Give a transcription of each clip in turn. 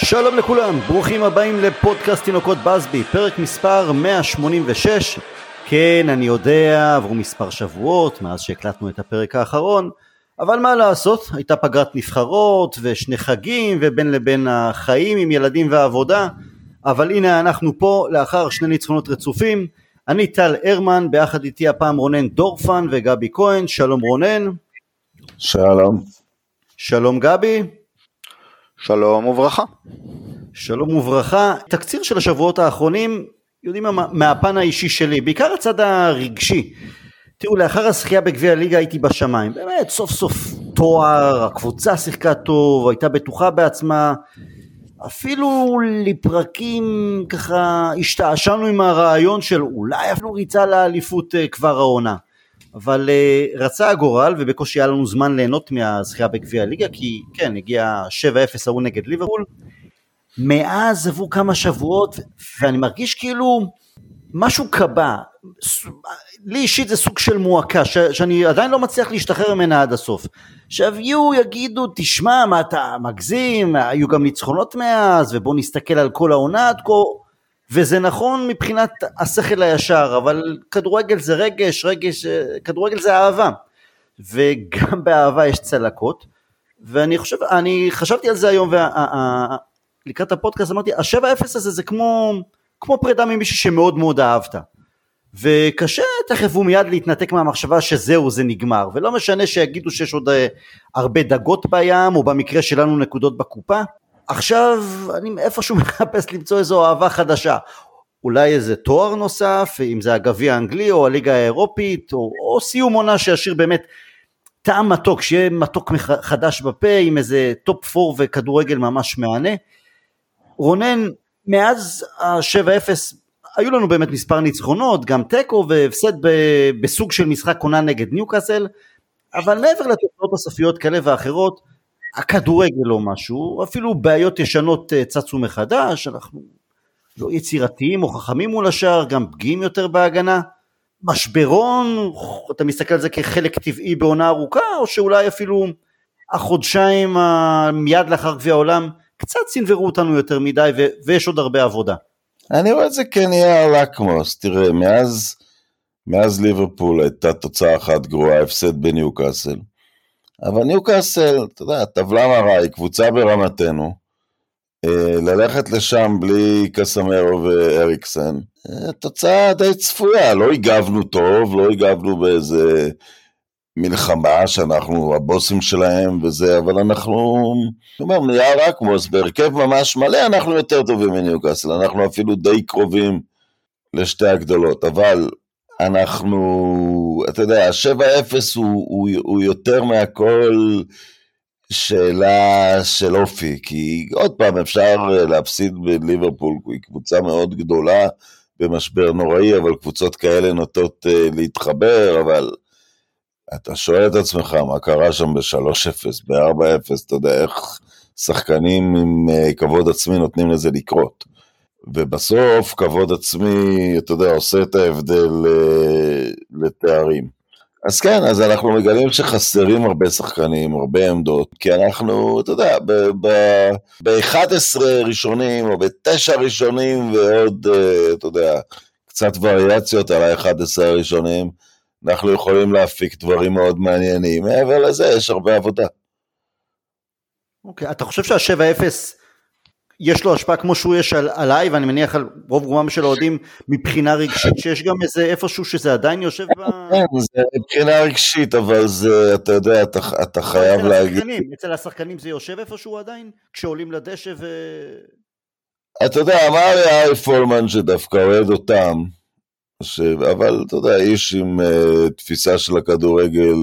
שלום לכולם, ברוכים הבאים לפודקאסט תינוקות בסבי, פרק מספר 186. כן, אני יודע, עברו מספר שבועות מאז שהקלטנו את הפרק האחרון, אבל מה לעשות, הייתה פגרת נבחרות ושני חגים ובין לבין החיים עם ילדים ועבודה, אבל הנה אנחנו פה לאחר שני ניצחונות רצופים. אני טל הרמן, ביחד איתי הפעם רונן דורפן וגבי כהן. שלום רונן. שלום. שלום גבי. שלום וברכה. שלום וברכה. תקציר של השבועות האחרונים, יודעים מה, מהפן האישי שלי, בעיקר הצד הרגשי. תראו, לאחר הזכייה בגביע הליגה הייתי בשמיים, באמת סוף סוף תואר, הקבוצה שיחקה טוב, הייתה בטוחה בעצמה, אפילו לפרקים ככה השתעשענו עם הרעיון של אולי אפילו ריצה לאליפות כבר העונה, אבל רצה הגורל ובקושי היה לנו זמן ליהנות מהזכייה בגביע הליגה, כי כן, הגיע 7-0 ההוא נגד ליברפול. מאז עברו כמה שבועות ואני מרגיש כאילו משהו קבע, לי אישית זה סוג של מועקה שאני עדיין לא מצליח להשתחרר ממנה עד הסוף. עכשיו יגידו תשמע מה אתה מגזים, היו גם ניצחונות מאז ובוא נסתכל על כל העונה עד כה, וזה נכון מבחינת השכל הישר, אבל כדורגל זה רגש, כדורגל זה אהבה, וגם באהבה יש צלקות. ואני חשבתי על זה היום לקראת הפודקאסט, אמרתי ה-7-0 הזה זה כמו פרידה ממישהו שמאוד מאוד אהבת, וקשה תכף ומיד להתנתק מהמחשבה שזהו, זה נגמר, ולא משנה שיגידו שיש עוד הרבה דגות בים, או במקרה שלנו נקודות בקופה. עכשיו אני איפשהו מחפש למצוא איזו אהבה חדשה, אולי איזה תואר נוסף, אם זה הגביע האנגלי או הליגה האירופית, או סיום עונה שישאיר באמת טעם מתוק, שיהיה מתוק חדש בפה, עם איזה טופ 4 וכדורגל ממש מענה. רונן, מאז ה-7-0 היו לנו באמת מספר ניצחונות, גם טקו והפסד בסוג של משחק עונה נגד ניוקאסל, אבל מעבר לתוצאות הסופיות כאלה ואחרות, הכדורגל לא משהו, אפילו בעיות ישנות צצו מחדש, אנחנו לא יצירתיים או חכמים מול השאר, גם פגיעים יותר בהגנה, משברון, אתה מסתכל על זה כחלק טבעי בעונה ארוכה, או שאולי אפילו החודשיים מיד לאחר גביע העולם, קצת סנברו אותנו יותר מדי, ויש עוד הרבה עבודה. אני רואה את זה כנהיה לקמוס, תראה, מאז ליברפול הייתה תוצאה אחת גרועה, הפסד בניוקאסל, אבל ניוקאסל, אתה יודע, טבלה מראה, היא קבוצה ברמתנו, ללכת לשם בלי קסמרו ואריקסן, תוצאה די צפויה, לא הגבנו טוב, לא הגבנו באיזה מלחמה שאנחנו הבוסים שלהם וזה, אבל אנחנו, נהיה רק מוס, בהרכב ממש מלא, אנחנו יותר טובים מניוקאסל, אנחנו אפילו די קרובים לשתי הגדולות, אבל אנחנו, אתה יודע, ה-7-0 הוא יותר מהכל שאלה של אופי, כי עוד פעם אפשר להפסיד בליברפול, היא קבוצה מאוד גדולה, במשבר נוראי, אבל קבוצות כאלה נוטות להתחבר, אבל אתה שואל את עצמך מה קרה שם ב-3-0, ב-4-0, אתה יודע איך שחקנים עם כבוד עצמי נותנים לזה לקרות, ובסוף כבוד עצמי, אתה יודע, עושה את ההבדל לתארים. אז כן, אז אנחנו מגלים שחסרים הרבה שחקנים, הרבה עמדות, כי אנחנו, אתה יודע, ב-11 ראשונים, או ב-9 ראשונים, ועוד, אתה יודע, קצת וריאציות על ה-11 הראשונים, אנחנו יכולים להפיק דברים מאוד מעניינים, מעבר לזה יש הרבה עבודה. אוקיי, אתה חושב שה-7-0 יש לו השפעה כמו שהוא יש עליי, ואני מניח על רוב רובם של האוהדים מבחינה רגשית, שיש גם איזה איפשהו שזה עדיין יושב כן, זה מבחינה רגשית, אבל זה, אתה יודע, אתה חייב להגיד. אצל השחקנים זה יושב איפשהו עדיין, כשעולים לדשא אתה יודע, אמר לי ארי פולמן שדווקא אוהד אותם, אבל אתה יודע, איש עם תפיסה של הכדורגל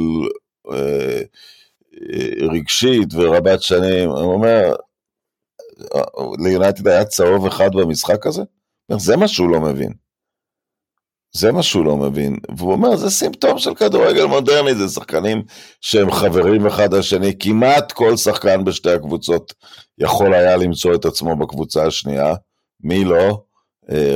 רגשית ורבת שנים, הוא אומר, ליונייטד היה צהוב אחד במשחק הזה? זה מה שהוא לא מבין. זה מה שהוא לא מבין. והוא אומר, זה סימפטום של כדורגל מודרני, זה שחקנים שהם חברים אחד השני, כמעט כל שחקן בשתי הקבוצות יכול היה למצוא את עצמו בקבוצה השנייה, מי לא?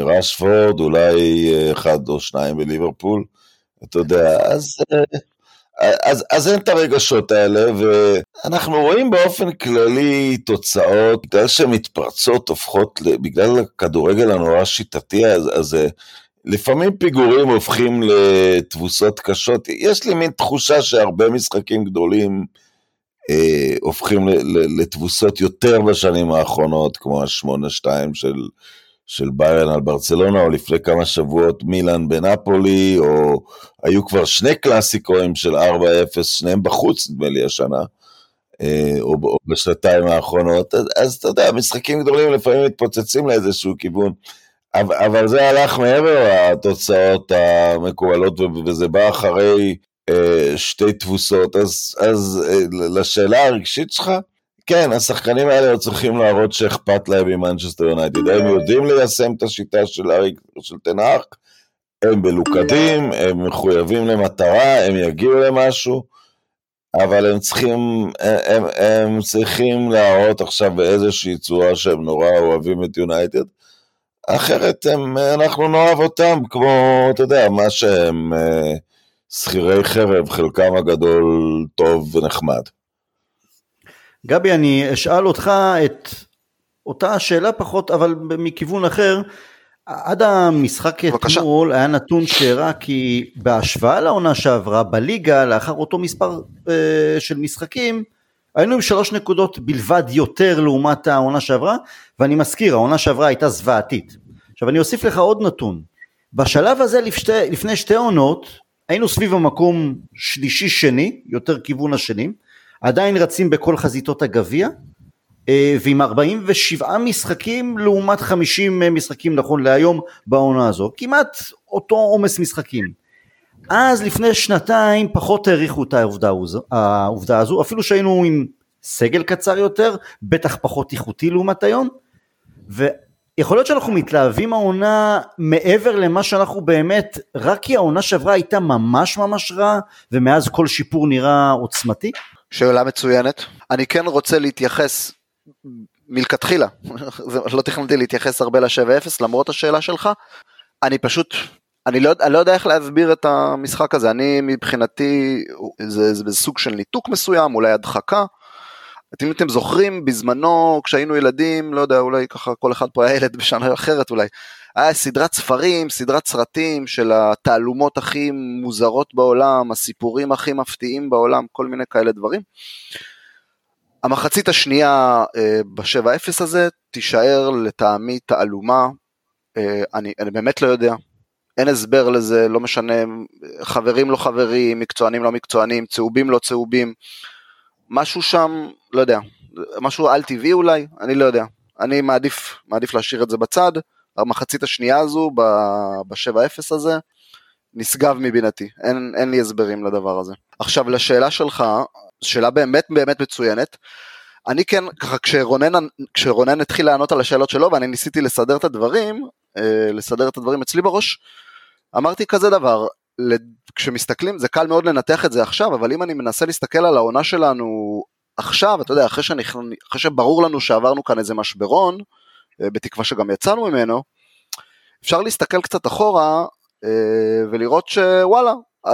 רשפורד, אולי אחד או שניים בליברפול, אתה יודע, אז אין את הרגשות האלה, ואנחנו רואים באופן כללי תוצאות, בגלל שמתפרצות הופכות, בגלל הכדורגל הנורא שיטתי, אז לפעמים פיגורים הופכים לתבוסות קשות. יש לי מין תחושה שהרבה משחקים גדולים הופכים לתבוסות יותר בשנים האחרונות, כמו ה-8-2 של ביירן על ברצלונה, או לפני כמה שבועות מילאן בנפולי, או היו כבר שני קלאסיקואים של 4-0, שניהם בחוץ נדמה לי השנה, או בשנתיים האחרונות. אז אתה יודע, משחקים גדולים לפעמים מתפוצצים לאיזשהו כיוון, אבל זה הלך מעבר התוצאות המקובלות, וזה בא אחרי שתי תבוסות. אז לשאלה הרגשית שלך, כן, השחקנים האלה צריכים להראות שאכפת להם ממנצ'סטר יונייטד, הם יודעים ליישם את השיטה של תנח, הם בלוקדים, הם מחויבים למטרה, הם יגיעו למשהו, אבל הם צריכים להראות עכשיו באיזושהי צורה שהם נורא אוהבים את יונייטד, אחרת אנחנו נאהב אותם, כמו, אתה יודע, מה שהם שכירי חרב, חלקם הגדול טוב ונחמד. גבי, אני אשאל אותך את אותה השאלה פחות, אבל מכיוון אחר. עד המשחק אתמול היה נתון שהראה כי בהשוואה לעונה שעברה בליגה, לאחר אותו מספר של משחקים, היינו עם 3 נקודות בלבד יותר לעומת העונה שעברה, ואני מזכיר, העונה שעברה הייתה זוועתית. עכשיו אני אוסיף לך עוד נתון, בשלב הזה לפני 2 עונות, היינו סביב המקום שלישי-שני, יותר כיוון השנים, עדיין רצים בכל חזיתות הגביע, ועם 47 משחקים לעומת 50 משחקים נכון להיום בעונה הזו, כמעט אותו עומס משחקים. אז לפני שנתיים פחות העריכו את העובדה הזו, אפילו שהיינו עם סגל קצר יותר, בטח פחות איכותי לעומת היום, ויכול להיות שאנחנו מתלהבים העונה מעבר למה שאנחנו באמת, רק כי העונה שעברה הייתה ממש ממש רע, ומאז כל שיפור נראה עוצמתי. שאלה מצוינת. אני כן רוצה להתייחס מלכתחילה, לא תכננתי להתייחס הרבה ל-7-0 למרות השאלה שלך. אני לא יודע איך להסביר את המשחק הזה. אני מבחינתי זה סוג של ניתוק מסוים, אולי הדחקה. אם אתם זוכרים בזמנו כשהיינו ילדים, לא יודע, אולי ככה כל אחד פה היה ילד בשנה אחרת, אולי היה סדרת ספרים, סדרת סרטים של התעלומות הכי מוזרות בעולם, הסיפורים הכי מפתיעים בעולם, כל מיני כאלה דברים. המחצית השנייה ב-7-0 הזה תישאר לטעמי תעלומה, אני באמת לא יודע, אין הסבר לזה, לא משנה, חברים לא חברים, מקצוענים לא מקצוענים, צהובים לא צהובים, משהו שם, לא יודע, משהו על טבעי אולי, אני לא יודע, אני מעדיף להשאיר את זה בצד. המחצית השנייה הזו ב-7-0 הזה נשגב מבינתי, אין לי הסברים לדבר הזה. עכשיו לשאלה שלך, שאלה באמת באמת מצוינת, אני כן, ככה כשרונן התחיל לענות על השאלות שלו, ואני ניסיתי לסדר את הדברים אצלי בראש, אמרתי כזה דבר, כשמסתכלים, זה קל מאוד לנתח את זה עכשיו, אבל אם אני מנסה להסתכל על העונה שלנו עכשיו, אתה יודע, אחרי שברור לנו שעברנו כאן איזה משברון, בתקווה שגם יצאנו ממנו, אפשר להסתכל קצת אחורה, ולראות שוואלה,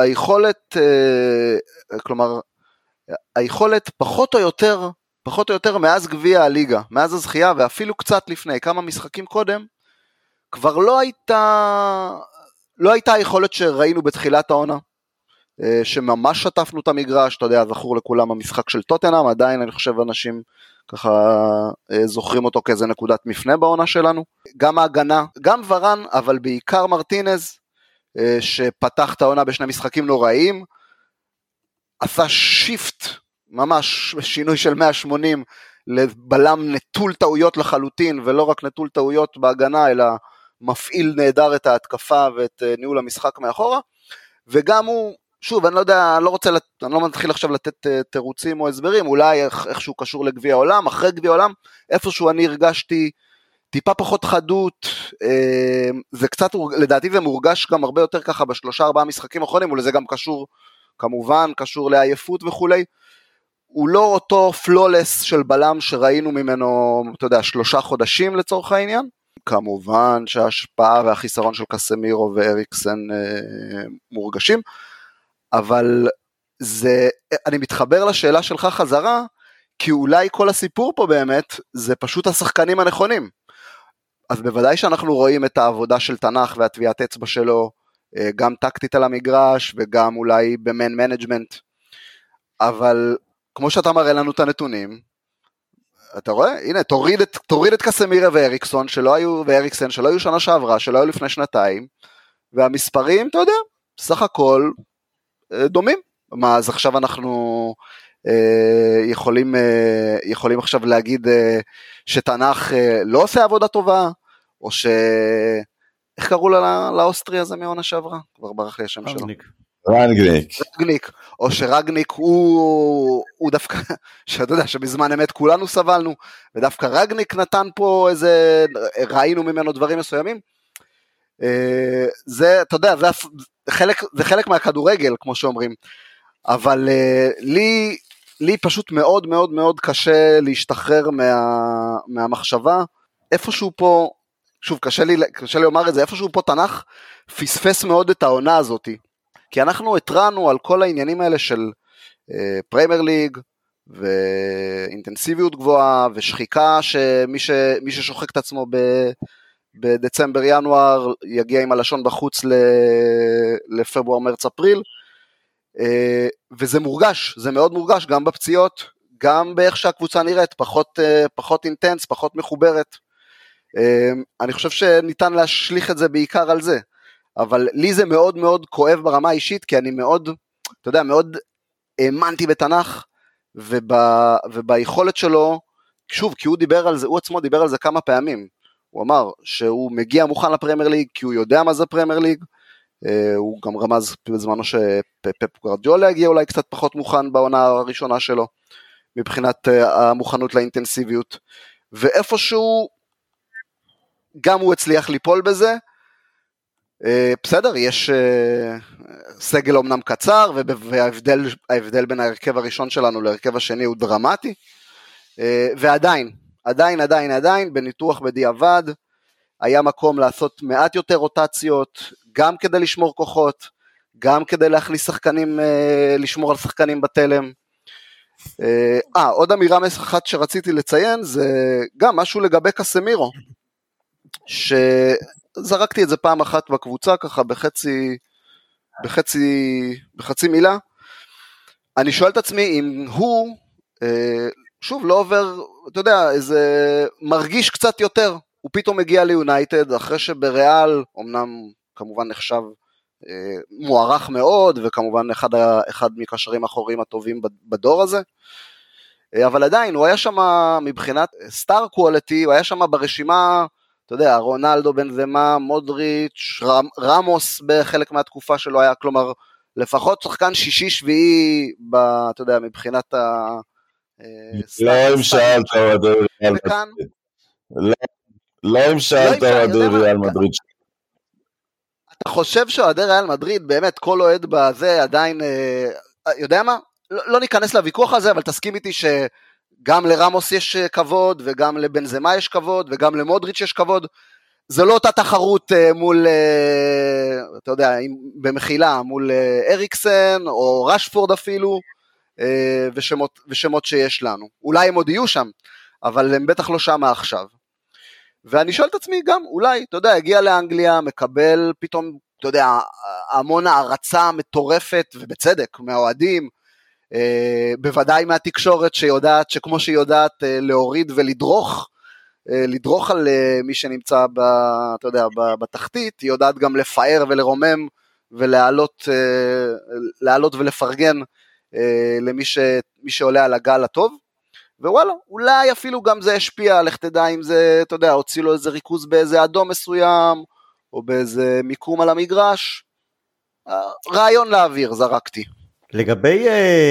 היכולת פחות או יותר מאז גביע הליגה, מאז הזכייה, ואפילו קצת לפני, כמה משחקים קודם, כבר לא הייתה היכולת שראינו בתחילת העונה, שממש שטפנו את המגרש, אתה יודע, זכור לכולם המשחק של טוטנהאם, עדיין אני חושב אנשים ככה זוכרים אותו כאיזה נקודת מפנה בעונה שלנו, גם ההגנה, גם ורן, אבל בעיקר מרטינז, שפתח את העונה בשני משחקים נוראים, עשה שיפט, ממש שינוי של 180, לבלם נטול טעויות לחלוטין, ולא רק נטול טעויות בהגנה, אלא מפעיל נהדר את ההתקפה ואת ניהול המשחק מאחורה, וגם הוא, שוב, אני לא יודע, אני לא מתחיל עכשיו לתת תירוצים או הסברים, אולי איכשהו קשור לגביע העולם, אחרי גביע העולם, איפשהו אני הרגשתי טיפה פחות חדות, זה קצת, לדעתי זה מורגש גם הרבה יותר ככה ב3-4 משחקים האחרונים, ולזה גם קשור, כמובן, קשור לעייפות וכולי, הוא לא אותו פלולס של בלם שראינו ממנו, אתה יודע, 3 חודשים לצורך העניין, כמובן שההשפעה והחיסרון של קסמירו ואריקסן מורגשים, אבל אני מתחבר לשאלה שלך חזרה, כי אולי כל הסיפור פה באמת, זה פשוט השחקנים הנכונים. אז בוודאי שאנחנו רואים את העבודה של תנח והטביעת אצבע שלו, גם טקטית על המגרש, וגם אולי במן מנג'מנט, אבל כמו שאתה מראה לנו את הנתונים, אתה רואה? הנה, תוריד את קסמירה ואריקסון, ואריקסן, שלא היו שנה שעברה, שלא היו לפני שנתיים, והמספרים, אתה יודע, סך הכל דומים. מה, אז עכשיו אנחנו יכולים עכשיו להגיד שתנח לא עושה עבודה טובה, או איך קראו לאוסטרי הזה מעונה שעברה? כבר ברח לי השם שלו. רגניק, או שרגניק הוא דווקא, שאתה יודע שבזמן אמת כולנו סבלנו, ודווקא רגניק נתן פה איזה, ראינו ממנו דברים מסוימים, זה, אתה יודע, זה חלק מהכדורגל, כמו שאומרים, אבל לי פשוט מאוד מאוד מאוד קשה להשתחרר מהמחשבה, איפשהו פה, שוב, קשה לי לומר את זה, איפשהו פה תנח פספס מאוד את העונה הזאת, כי אנחנו התרענו על כל העניינים האלה של פריימר ליג, ואינטנסיביות גבוהה, ושחיקה שמי ששוחק את עצמו בדצמבר ינואר, יגיע עם הלשון בחוץ לפברואר, מרץ, אפריל, וזה מורגש, זה מאוד מורגש, גם בפציעות, גם באיך שהקבוצה נראית, פחות אינטנס, פחות מחוברת, אני חושב שניתן להשליך את זה בעיקר על זה, אבל לי זה מאוד מאוד כואב ברמה האישית, כי אני מאוד, אתה יודע, מאוד האמנתי בתנח, וביכולת שלו, שוב, כי הוא דיבר על זה, הוא עצמו דיבר על זה כמה פעמים, הוא אמר שהוא מגיע מוכן לפרמייר ליג, כי הוא יודע מה זה פרמייר ליג, הוא גם רמז בזמנו שפפ גוארדיולה הגיע אולי קצת פחות מוכן בעונה הראשונה שלו, מבחינת המוכנות לאינטנסיביות, ואיפשהו גם הוא הצליח ליפול בזה, בסדר, יש סגל אומנם קצר, וההבדל בין ההרכב הראשון שלנו להרכב השני הוא דרמטי, ועדיין, בניתוח בדיעבד, היה מקום לעשות מעט יותר רוטציות, גם כדי לשמור כוחות, גם כדי להכניס שחקנים, לשמור על שחקנים בתלם. עוד אמירה אחת שרציתי לציין, זה גם משהו לגבי קסמירו, שזרקתי את זה פעם אחת בקבוצה, ככה בחצי מילה, אני שואל את עצמי אם הוא, שוב לא עובר, אתה יודע, איזה מרגיש קצת יותר, הוא פתאום מגיע ליונייטד, אחרי שבריאל, אמנם כמובן נחשב מוערך מאוד, וכמובן אחד מקשרים האחוריים הטובים בדור הזה, אבל עדיין, הוא היה שם מבחינת סטאר קואליטי, הוא היה שם ברשימה, אתה יודע, רונלדו, בנזמה, מודריץ', רמוס בחלק מהתקופה שלו היה, כלומר, לפחות שחקן שישי-שביעי, אתה יודע, מבחינת לא אם שאלת אוהדי ריאל מדריד. לא אם שאלת אוהדי ריאל מדריד. אתה חושב שאוהדי ריאל מדריד, באמת, כל אוהד בזה עדיין, יודע מה? לא ניכנס לוויכוח הזה, אבל תסכים איתי שגם לרמוס יש כבוד, וגם לבנזמה יש כבוד, וגם למודריץ' יש כבוד. זה לא אותה תחרות מול, אתה יודע, במחילה, מול אריקסן, או רשפורד אפילו, ושמות שיש לנו. אולי הם עוד יהיו שם, אבל הם בטח לא שם עכשיו. ואני שואל את עצמי גם, אולי, אתה יודע, הגיע לאנגליה, מקבל פתאום, אתה יודע, המון הערצה מטורפת, ובצדק, מהאוהדים, בוודאי מהתקשורת שיודעת, שכמו שהיא יודעת להוריד ולדרוך על מי שנמצא, אתה יודע, בתחתית, היא יודעת גם לפאר ולרומם, ולהעלות ולפרגן למי שעולה על הגל הטוב, ווואלה, אולי אפילו גם זה השפיע, לך תדע אם זה, אתה יודע, הוציא לו איזה ריכוז באיזה אדום מסוים, או באיזה מיקום על המגרש, רעיון לאוויר, זרקתי. לגבי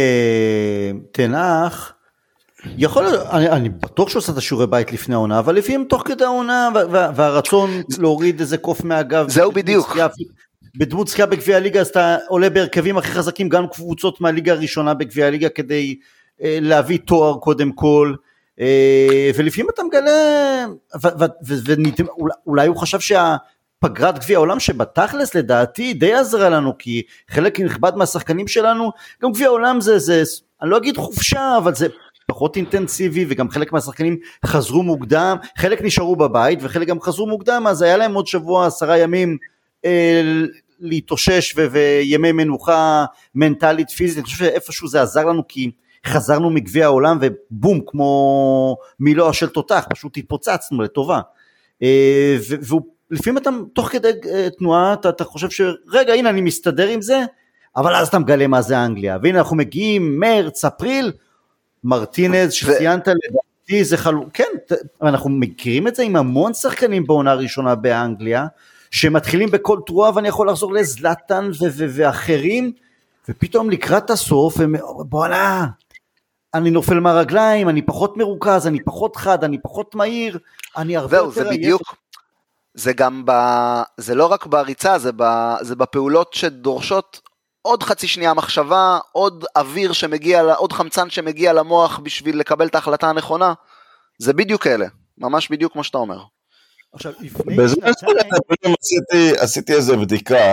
תנח, יכול להיות, אני בטוח שעושה את השיעורי בית לפני העונה, אבל לפעמים תוך כדי העונה, והרצון להוריד איזה קוף מהגב, זהו בדיוק. בדמות זכייה בגביע הליגה, אז אתה עולה בהרכבים הכי חזקים, גם קבוצות מהליגה הראשונה בגביע הליגה, כדי להביא תואר קודם כל, ולפעמים אתה מגלה, ואולי הוא חשב פגרת גביע העולם שבתכלס לדעתי די עזרה לנו, כי חלק נכבד מהשחקנים שלנו, גם גביע העולם זה, אני לא אגיד חופשה, אבל זה פחות אינטנסיבי, וגם חלק מהשחקנים חזרו מוקדם, חלק נשארו בבית, וחלק גם חזרו מוקדם, אז היה להם עוד שבוע, 10 ימים להתאושש, וימי מנוחה מנטלית, פיזית. אני חושב שאיפשהו זה עזר לנו, כי חזרנו מגביע העולם, ובום, כמו מילוע של תותח, פשוט התפוצצנו לטובה. ולפעמים אתה, תוך כדי תנועה, אתה חושב שרגע, הנה אני מסתדר עם זה, אבל אז אתה מגלה מה זה אנגליה, והנה אנחנו מגיעים מרץ, אפריל, מרטינז שציינת לדעתי זה כן, אנחנו מכירים את זה עם המון שחקנים בעונה הראשונה באנגליה, שמתחילים בכל תרועה, ואני יכול לחזור לזלטן ואחרים, ופתאום לקראת הסוף, בואנה, אני נופל מהרגליים, אני פחות מרוכז, אני פחות חד, אני פחות מהיר, אני הרבה יותר... זה בדיוק, זה גם, זה לא רק בריצה, זה בפעולות שדורשות עוד חצי שנייה מחשבה, עוד אוויר שמגיע, עוד חמצן שמגיע למוח בשביל לקבל את ההחלטה הנכונה, זה בדיוק אלה, ממש בדיוק כמו שאתה אומר. עכשיו, לפני... עשיתי איזה בדיקה,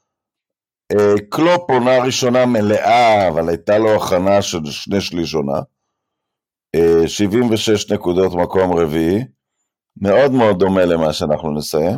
קלופ עונה ראשונה מלאה, אבל הייתה לו הכנה של 2/3 עונה, 76 נקודות מקום רביעי, מאוד מאוד דומה למה שאנחנו נסיים.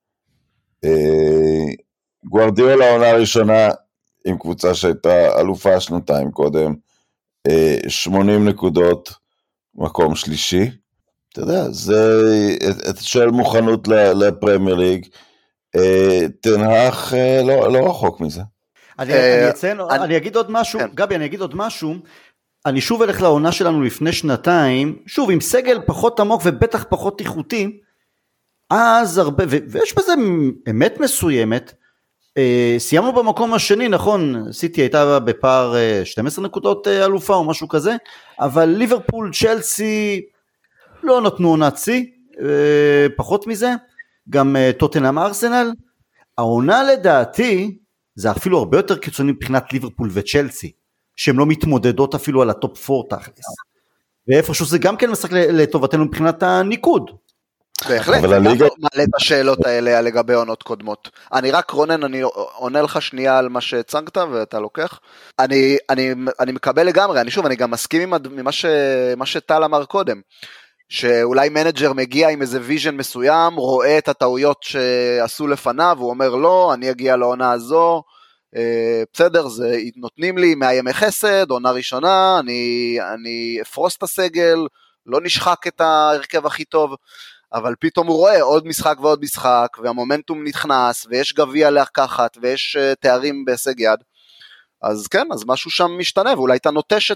גוארדיולה עונה ראשונה, עם קבוצה שהייתה אלופה 2 קודם, 80 נקודות מקום שלישי, אתה יודע, אתה שואל מוכנות לפרמייר ליג, תנהך לא רחוק מזה. אני אגיד עוד משהו, גבי, אני אגיד עוד משהו, אני שוב אלך לעונה שלנו לפני 2, שוב עם סגל פחות עמוק ובטח פחות איכותי, אז הרבה, ויש בזה אמת מסוימת, סיימנו במקום השני, נכון, סיטי הייתה בפער 12 נקודות אלופה או משהו כזה, אבל ליברפול, צ'לסי, לא נתנו עונת שיא, פחות מזה, גם טוטנהאם ארסנל, העונה לדעתי, זה אפילו הרבה יותר קיצוני מבחינת ליברפול וצ'לסי, שהן לא מתמודדות אפילו על הטופ 4 תכלס, ואיפשהו זה גם כן משחק לטובתנו מבחינת הניקוד. בהחלט, אני מעלה את השאלות האלה לגבי עונות קודמות. אני רק רונן, אני עונה לך שנייה על מה שהצגת ואתה לוקח. אני מקבל לגמרי, אני גם מסכים עם מה שטל אמר קודם, שאולי מנג'ר מגיע עם איזה ויז'ן מסוים, רואה את הטעויות שעשו לפניו, הוא אומר לא, אני אגיע לעונה הזו, בסדר, נותנים לי 100 ימי חסד, עונה ראשונה, אני אפרוס את הסגל, לא נשחק את ההרכב הכי טוב, אבל פתאום הוא רואה עוד משחק ועוד משחק, והמומנטום נתכנס, ויש גביע לקחת, ויש תארים בהישג יד, אז כן, אז משהו שם משתנה, ואולי אתה נוטש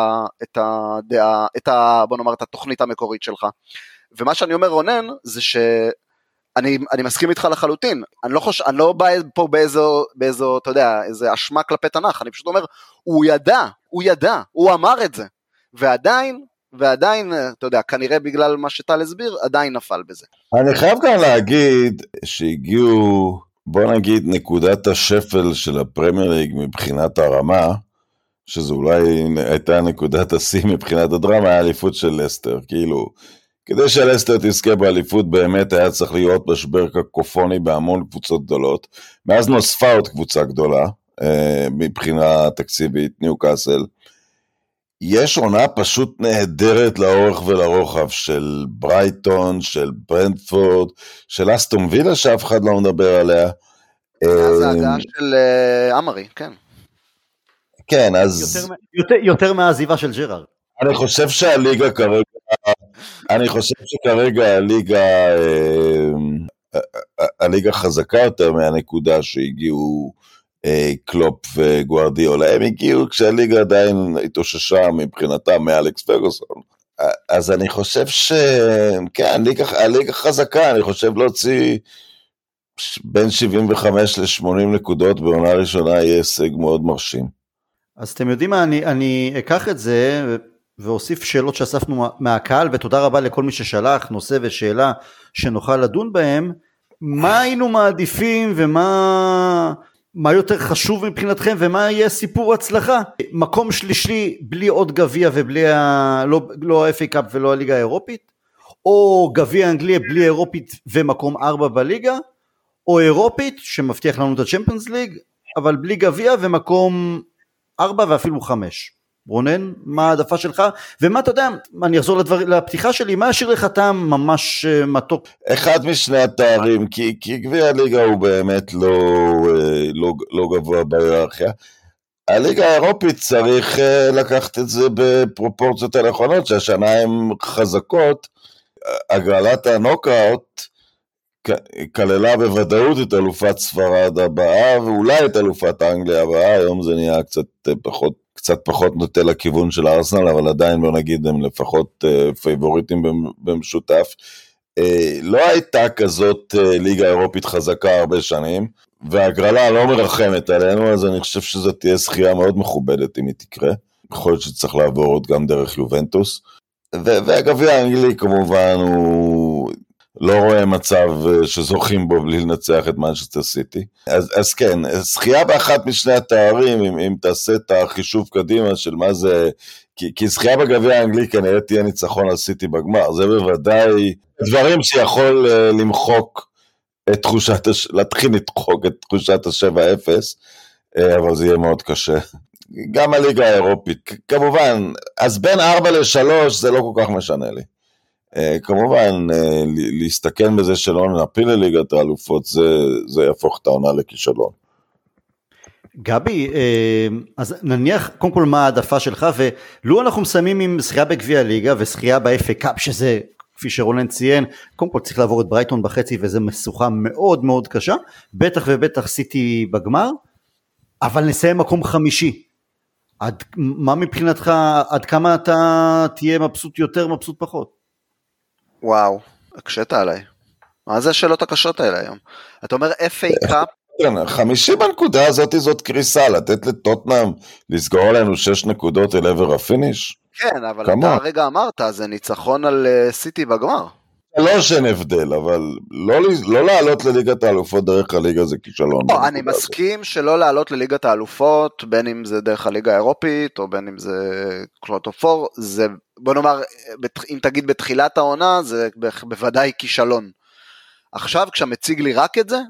בוא נאמר, את התוכנית המקורית שלך. ומה שאני אומר רונן, זה שאני מסכים איתך לחלוטין, אני לא בא פה באיזו, אתה יודע, איזה אשמה כלפי תנ"ך, אני פשוט אומר, הוא ידע, הוא אמר את זה, ועדיין, אתה יודע, כנראה בגלל מה שטל הסביר, עדיין נפל בזה. אני חייב גם להגיד שהגיעו, בוא נגיד, נקודת השפל של הפרמייר ליג מבחינת הרמה, שזו אולי הייתה נקודת השיא מבחינת הדרמה, האליפות של לסטר, כאילו, כדי שלסטר תזכה באליפות, באמת היה צריך להיות משבר קקופוני בהמון קבוצות גדולות, מאז נוספה עוד קבוצה גדולה, מבחינה תקציבית, ניוקאסל, יש עונה פשוט נהדרת לאורך ולרוחב של ברייטון, של ברנטפורד, של אסטון וילה שאף אחד לא מדבר עליה. זה ההגעה של אמרי, כן. כן, אז... יותר מהעזיבה של ג'רארד. אני חושב שהליגה כרגע, הליגה חזקה יותר מהנקודה שהגיעו קלופ וגוארדיולה, הם הגיעו כשהליגה עדיין התאוששה מבחינתם מאלכס פרגוסון, אז אני חושב כן, הליגה חזקה, אני חושב להוציא בין 75 ל-80 נקודות בעונה ראשונה יהיה הישג מאוד מרשים. אז אתם יודעים מה, אני אקח את זה ואוסיף שאלות שאספנו מהקהל, ותודה רבה לכל מי ששלח נושא ושאלה שנוכל לדון בהם. מה היינו מעדיפים ומה יותר חשוב מבחינתכם, ומה יהיה סיפור הצלחה? מקום שלישי בלי עוד גביע ובלי לא ה-FA קאפ ולא הליגה האירופית, או גביע אנגליה בלי אירופית ומקום 4 בליגה, או אירופית, שמבטיח לנו את הצ'מפיונס ליג, אבל בלי גביע ומקום 4 ואפילו 5. רונן, מה העדפה שלך? ומה אתה יודע, אני אחזור לפתיחה שלי, מה השאיר לך טעם ממש מתוק? אחד משני התארים, כי גביע הליגה הוא באמת לא גבוה בהיררכיה. הליגה האירופית צריך לקחת את זה בפרופורציות הנכונות, שהשנה הן חזקות. הגרלת הנוקאוט כללה בוודאות את אלופת ספרד הבאה, ואולי את אלופת אנגליה הבאה. היום זה נהיה קצת פחות נוטה לכיוון של ארסנל, אבל עדיין לא נגיד הם לפחות פייבוריטים במשותף. לא הייתה כזאת ליגה אירופית חזקה הרבה שנים, והגרלה לא מרחמת עלינו, אז אני חושב שזאת תהיה זכייה מאוד מכובדת אם היא תקרה. יכול להיות שצריך לעבור עוד גם דרך יובנטוס. והגביע האנגלי כמובן הוא לא רואה מצב שזוכים בו בלי לנצח את מנצ'סטר סיטי. אז כן, זכייה באחת משני התארים, אם תעשה את החישוב קדימה של מה זה, כי זכייה בגביע האנגלי כנראה תהיה ניצחון על סיטי בגמר, זה בוודאי דברים שיכול למחוק את להתחיל לדחוק את תחושת ה-7-0, אבל זה יהיה מאוד קשה. גם הליגה האירופית, כמובן, אז בין 4-3 זה לא כל כך משנה לי. כמובן, להסתכן בזה שלא נפיל לליגת האלופות, זה יהפוך את העונה לכישלון. גבי, אז נניח קודם כל מה העדפה שלך, ולו אנחנו מסיימים עם זכייה בגביע הליגה וזכייה ב-FA קאפ, שזה כפי שרונן ציין, קודם כל צריך לעבור את ברייטון בחצי, וזה משוכה מאוד מאוד קשה, בטח ובטח סיטי בגמר, אבל נסיים מקום 5. מה מבחינתך, עד כמה אתה תהיה מבסוט יותר, מבסוט פחות? וואו, הקשת עליי. מה זה השאלות הקשות האלה היום? אתה אומר FA קאפ? 50 בנקודה הזאת זאת קריסה, לתת לטוטנהאם לסגור עלינו 6 נקודות אל עבר הפיניש? כן, אבל אתה הרגע אמרת, זה ניצחון על סיטי בגמר. לא שאין הבדל, אבל לא לעלות לליגת האלופות דרך הליגה זה כישלון. אני מסכים שלא לעלות לליגת האלופות, בין אם זה דרך הליגה האירופית, או בין אם זה קלוטופור, זה, בוא נאמר, אם תגיד בתחילת העונה, זה בוודאי כישלון. עכשיו, כשמציג לי רק את זה,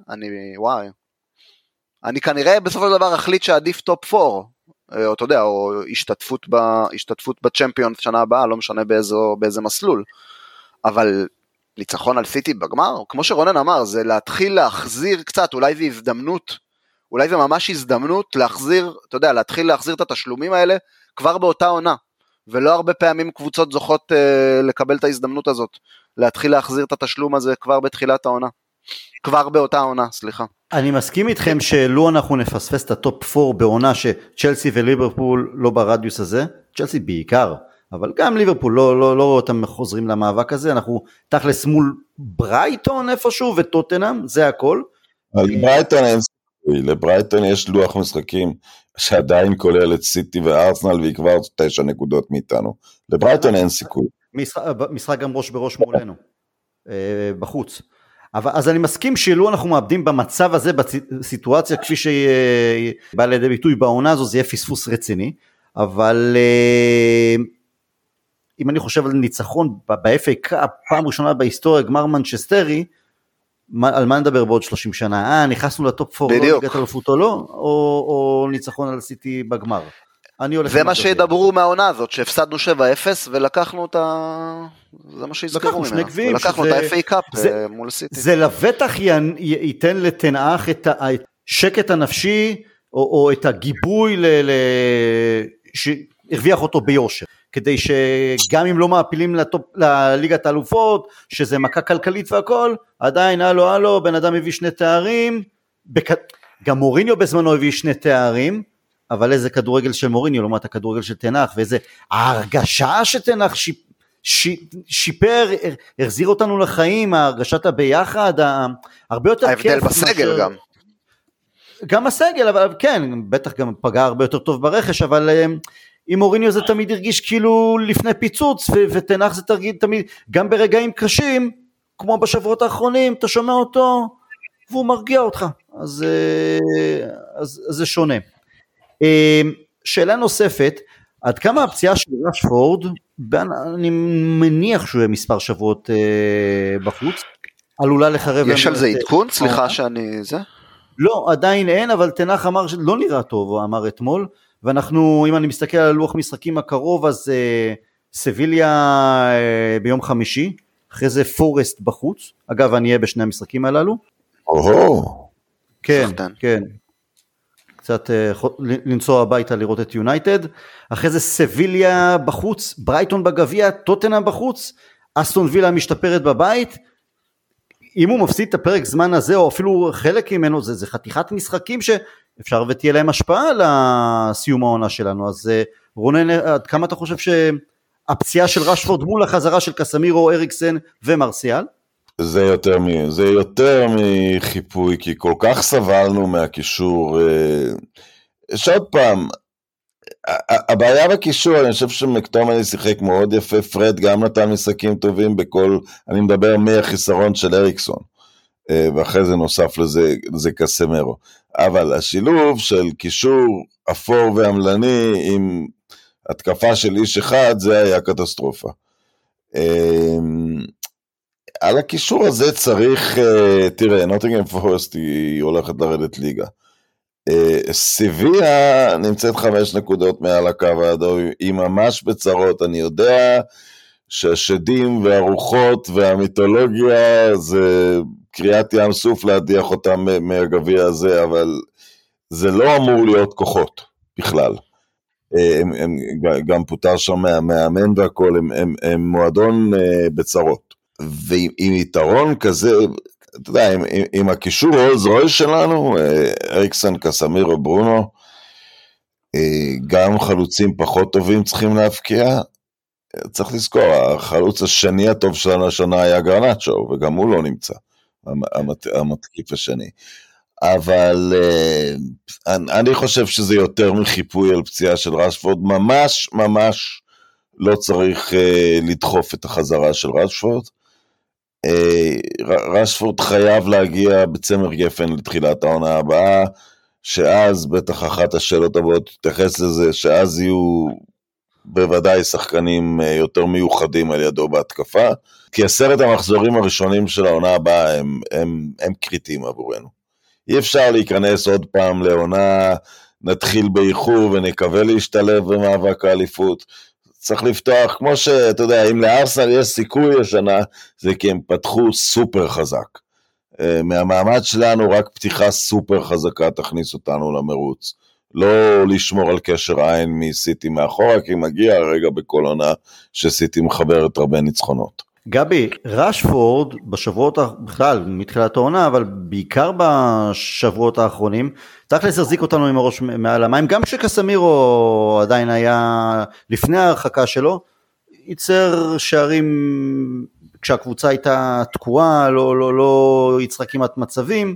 אני כנראה בסופו של דבר החליט שעדיף טופ 4, או אתה יודע, או השתתפות בצ'מפיונס שנה הבאה, לא משנה באיזה מסלול, אבל ניצחון על סיטי בגמר, כמו שרונן אמר, זה להתחיל להחזיר קצת, אולי זה ממש הזדמנות להחזיר, אתה יודע, להתחיל להחזיר את התשלומים האלה כבר באותה עונה, ולא הרבה פעמים קבוצות זוכות לקבל את ההזדמנות הזאת, להתחיל להחזיר את התשלום הזה כבר בתחילת העונה, כבר באותה עונה, סליחה. אני מסכים איתכם שלא אנחנו נפספס את הטופ 4 בעונה שצ'לסי וליברפול לא ברדיוס הזה, צ'לסי בעיקר, אבל גם ליברפול לא אותם חוזרים למאבק הזה, אנחנו תכלס מול ברייטון איפשהו וטוטנהאם, זה הכל. לברייטון יש לוח משחקים שעדיין כולל את סיטי וארסנל והיא כבר 9 נקודות מאיתנו, לברייטון אין סיכוי. משחק גם ראש בראש מולנו, בחוץ. אז אני מסכים שלא אנחנו מאבדים במצב הזה, בסיטואציה כפי שבא לידי ביטוי בעונה הזו, זה יהיה פספוס רציני, אבל אם אני חושב על ניצחון ב-FA קאפ, פעם ראשונה בהיסטוריה, גמר מנצ'סטרי, על מה נדבר בעוד 30 שנה? נכנסנו לטופ 4, לא נגעת אלופות או לא, או ניצחון על סיטי בגמר? זה מה שידברו מהעונה הזאת, שהפסדנו 7-0 ולקחנו אותה, זה מה שיזכרו ממנה, ולקחנו את ה-FA קאפ מול סיטי. זה לבטח ייתן לתנאך את השקט הנפשי, או את הגיבוי שהרוויח אותו ביושר, כדי שגם אם לא מעפילים לליגת האלופות, שזה מכה כלכלית והכל, עדיין הלו, בן אדם הביא 2 תארים, גם מוריניו בזמנו הביא 2 תארים, אבל איזה כדורגל של מוריניו, לעומת הכדורגל של תנח, ואיזה ההרגשה שתנח שיפר, החזיר אותנו לחיים, הרגשת הביחד, הרבה יותר כיף. ההבדל בסגל גם. גם הסגל, אבל כן, בטח גם פגע הרבה יותר טוב ברכש, אבל עם מוריניו זה תמיד הרגיש כאילו לפני פיצוץ, ותנח זה תמיד, גם ברגעים קשים, כמו בשבועות האחרונים, אתה שומע אותו, והוא מרגיע אותך, אז זה שונה. שאלה נוספת, עד כמה הפציעה של רשפורד, אני מניח שהוא יהיה מספר שבועות בחוץ, עלולה לחרב. יש על זה עדכון? סליחה שאני זה? לא, עדיין אין, אבל תנח אמר שלא נראה טוב, הוא אמר אתמול, ואנחנו, אם אני מסתכל על לוח משחקים הקרוב, אז סביליה ביום חמישי, אחרי זה פורסט בחוץ, אגב אני אהיה בשני המשחקים הללו. כן, כן. קצת לנסוע הביתה לראות את יונייטד, אחרי זה סביליה בחוץ, ברייטון בגביע, טוטנהאם בחוץ, אסטון וילה משתפרת בבית, אם הוא מפסיד את הפרק זמן הזה, או אפילו חלק ממנו, זה חתיכת משחקים שאפשר ותהיה להם השפעה על הסיום העונה שלנו, אז רונן, עד כמה אתה חושב שהפציעה של רשפורד מול החזרה של קסמירו, אריקסן ומרסיאל? זה יותר מחיפוי, כי כל כך סבלנו מהקישור. שעוד פעם, הבעיה בקישור, אני חושב שמקטומני שיחק מאוד יפה, פרד גם נתן משחקים טובים בכל, אני מדבר מהחיסרון של אריקסון, ואחרי זה נוסף לזה קסמרו. אבל השילוב של קישור אפור ועמלני עם התקפה של איש אחד, זה היה קטסטרופה. על הקישור הזה צריך, תראה, נוטינגהאם פורסט היא הולכת לרדת ליגה. סביליה נמצאת 5 נקודות מעל הקו האדום, היא ממש בצרות, אני יודע שהשדים והרוחות והמיתולוגיה זה קריאת ים סוף להדיח אותם מהגביע הזה, אבל זה לא אמור להיות כוחות בכלל. הם גם פותר שם מהמאמן והכל, הם מועדון בצרות. ועם יתרון כזה, אתה יודע, עם הקישור רולס רויס שלנו, אריקסן, קסמירו, ברונו, גם חלוצים פחות טובים צריכים להפקיע, צריך לזכור, החלוץ השני הטוב שלנו השנה היה גרנצ'ו, וגם הוא לא נמצא, המתקיף השני. אבל אני חושב שזה יותר מחיפוי על פציעה של רשפורד, ממש ממש לא צריך לדחוף את החזרה של רשפורד, רשפורד חייב להגיע בצמר גפן לתחילת העונה הבאה, שאז בטח אחת השאלות הבאות תתייחס לזה, שאז יהיו בוודאי שחקנים יותר מיוחדים על ידו בהתקפה, כי 10 המחזורים הראשונים של העונה הבאה הם קריטיים עבורנו. אי אפשר להיכנס עוד פעם לעונה, נתחיל באיחור ונקווה להשתלב במאבק האליפות, צריך לפתוח, כמו שאתה יודע, אם לארסנל יש סיכוי השנה, זה כי הם פתחו סופר חזק. מהמעמד שלנו, רק פתיחה סופר חזקה תכניס אותנו למרוץ. לא לשמור על קשר עין מסיטי מאחורה, כי מגיע הרגע בכל עונה שסיטי מחברת הרבה ניצחונות. גבי, רשפורד בשבועות, בכלל, מתחילת העונה, אבל בעיקר בשבועות האחרונים, תכלס הרזיק אותנו עם הראש מעל המים, גם כשקסמירו עדיין היה לפני ההרחקה שלו, ייצר שערים כשהקבוצה הייתה תקועה, לא ייצרה כמעט מצבים,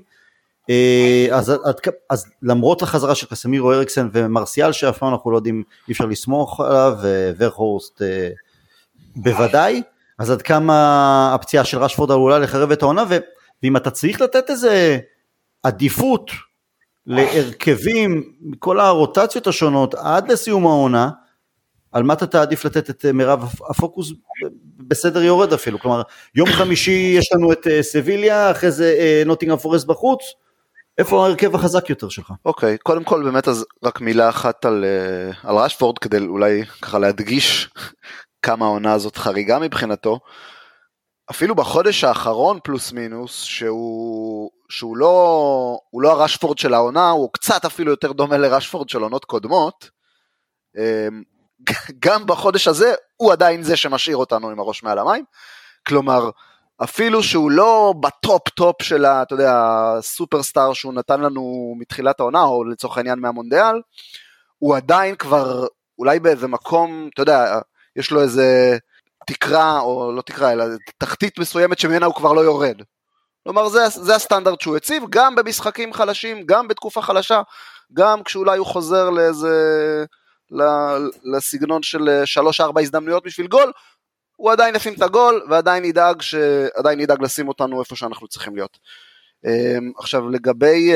אז למרות החזרה של קסמירו, אריקסן ומרסיאל, שאף פעם אנחנו לא יודעים, אי אפשר לסמוך עליו, וורהורסט בוודאי, אז עד כמה הפציעה של רשפורד עלולה לחרב את העונה, ואם אתה צריך לתת איזה עדיפות להרכבים, מכל הרוטציות השונות, עד לסיום העונה, על מה אתה תעדיף לתת את מירב הפוקוס בסדר יורד אפילו, כלומר, יום חמישי יש לנו את סביליה, אחרי זה נוטינגהאם פורסט בחוץ, איפה ההרכב החזק יותר שלך? אוקיי, קודם כל באמת אז רק מילה אחת על רשפורד, כדי אולי ככה להדגיש כמה העונה הזאת חריגה מבחינתו, אפילו בחודש האחרון פלוס מינוס, שהוא לא הרשפורד של העונה, הוא קצת אפילו יותר דומה לרשפורד של עונות קודמות, גם בחודש הזה הוא עדיין זה שמשאיר אותנו עם הראש מעל המים, כלומר אפילו שהוא לא בטופ של אתה יודע, הסופרסטאר שהוא נתן לנו מתחילת העונה, או לצורך העניין מהמונדיאל, הוא עדיין כבר אולי באיזה מקום, אתה יודע, יש לו איזה תקרה, או לא תקרה, אלא תחתית מסוימת שממנה הוא כבר לא יורד. כלומר, זה הסטנדרט שהוא הציב, גם במשחקים חלשים, גם בתקופה חלשה, גם כשאולי הוא חוזר לסגנון של 3-4 הזדמנויות בשביל גול, הוא עדיין ישים את הגול, ועדיין ידאג לשים אותנו איפה שאנחנו צריכים להיות. עכשיו, לגבי,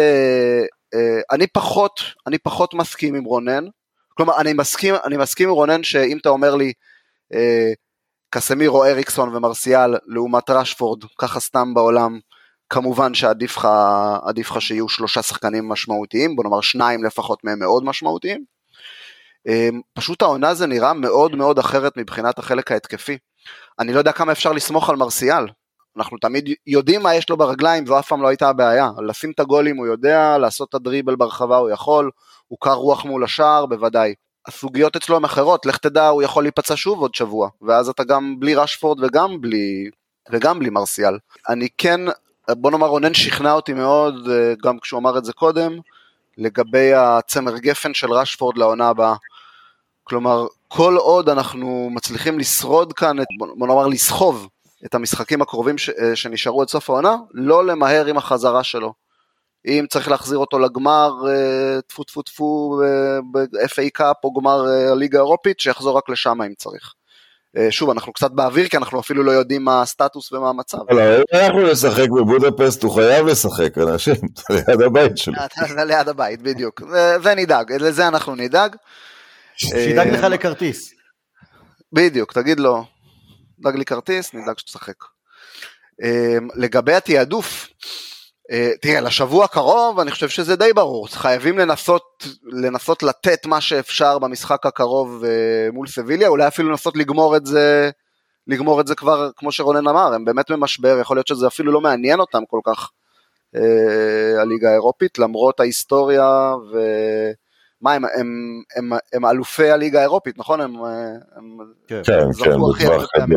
אני פחות מסכים עם רונן, כלומר, אני מסכים עם רונן שאם אתה אומר לי, קסמירו, אריקסון ומרסיאל, לעומת רשפורד, ככה סתם בעולם, כמובן שעדיף לך שיהיו 3 שחקנים משמעותיים, בוא נאמר 2 לפחות מהם מאוד משמעותיים. פשוט העונה זה נראה מאוד מאוד אחרת מבחינת החלק ההתקפי. אני לא יודע כמה אפשר לסמוך על מרסיאל, אנחנו תמיד יודעים מה יש לו ברגליים, זו אף פעם לא הייתה הבעיה, לשים את הגולים הוא יודע, לעשות את הדריבל ברחבה הוא יכול, הוא קר רוח מול השער בוודאי. הסוגיות אצלו הם אחרות, לך תדע הוא יכול להיפצע שוב עוד שבוע, ואז אתה גם בלי רשפורד וגם בלי מרסיאל. אני כן, בוא נאמר רונן שכנע אותי מאוד, גם כשהוא אמר את זה קודם, לגבי הצמר גפן של רשפורד לעונה הבאה. כלומר, כל עוד אנחנו מצליחים לשרוד כאן, בוא נאמר לסחוב את המשחקים הקרובים שנשארו עד סוף העונה, לא למהר עם החזרה שלו. אם צריך להחזיר אותו לגמר, תפו תפו תפו, ב-FA קאפ או גמר הליגה האירופית, שיחזור רק לשם אם צריך. שוב, אנחנו קצת באוויר, כי אנחנו אפילו לא יודעים מה הסטטוס ומה המצב. לא, אם אנחנו לשחק בבודפסט, הוא חייב לשחק, אנשים, ליד הבית שלו. זה ליד הבית, בדיוק. זה נדאג, לזה אנחנו נדאג. שידאג לך לכרטיס. בדיוק, תגיד לו, דאג לי כרטיס, נדאג שתשחק. לגבי התיעדוף, תראה, לשבוע הקרוב, אני חושב שזה די ברור, חייבים לנסות לתת מה שאפשר במשחק הקרוב מול סביליה, אולי אפילו לנסות לגמור את זה כבר, כמו שרונן אמר, הם באמת במשבר, יכול להיות שזה אפילו לא מעניין אותם כל כך, הליגה האירופית, למרות ההיסטוריה, ומה, הם אלופי הליגה האירופית, נכון? הם זכו הכי הרבה פעמים,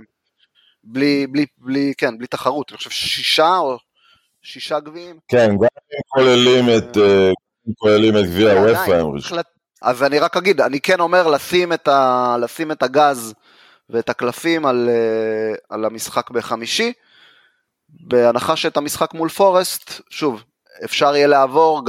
בלי תחרות, אני חושב 6 גביעים. כן, גם כוללים את גביע הוופא. אז אני רק אגיד, אני כן אומר לשים את הגז ואת הקלפים על המשחק בחמישי, בהנחה שאת המשחק מול פורסט, שוב, אפשר יהיה לעבור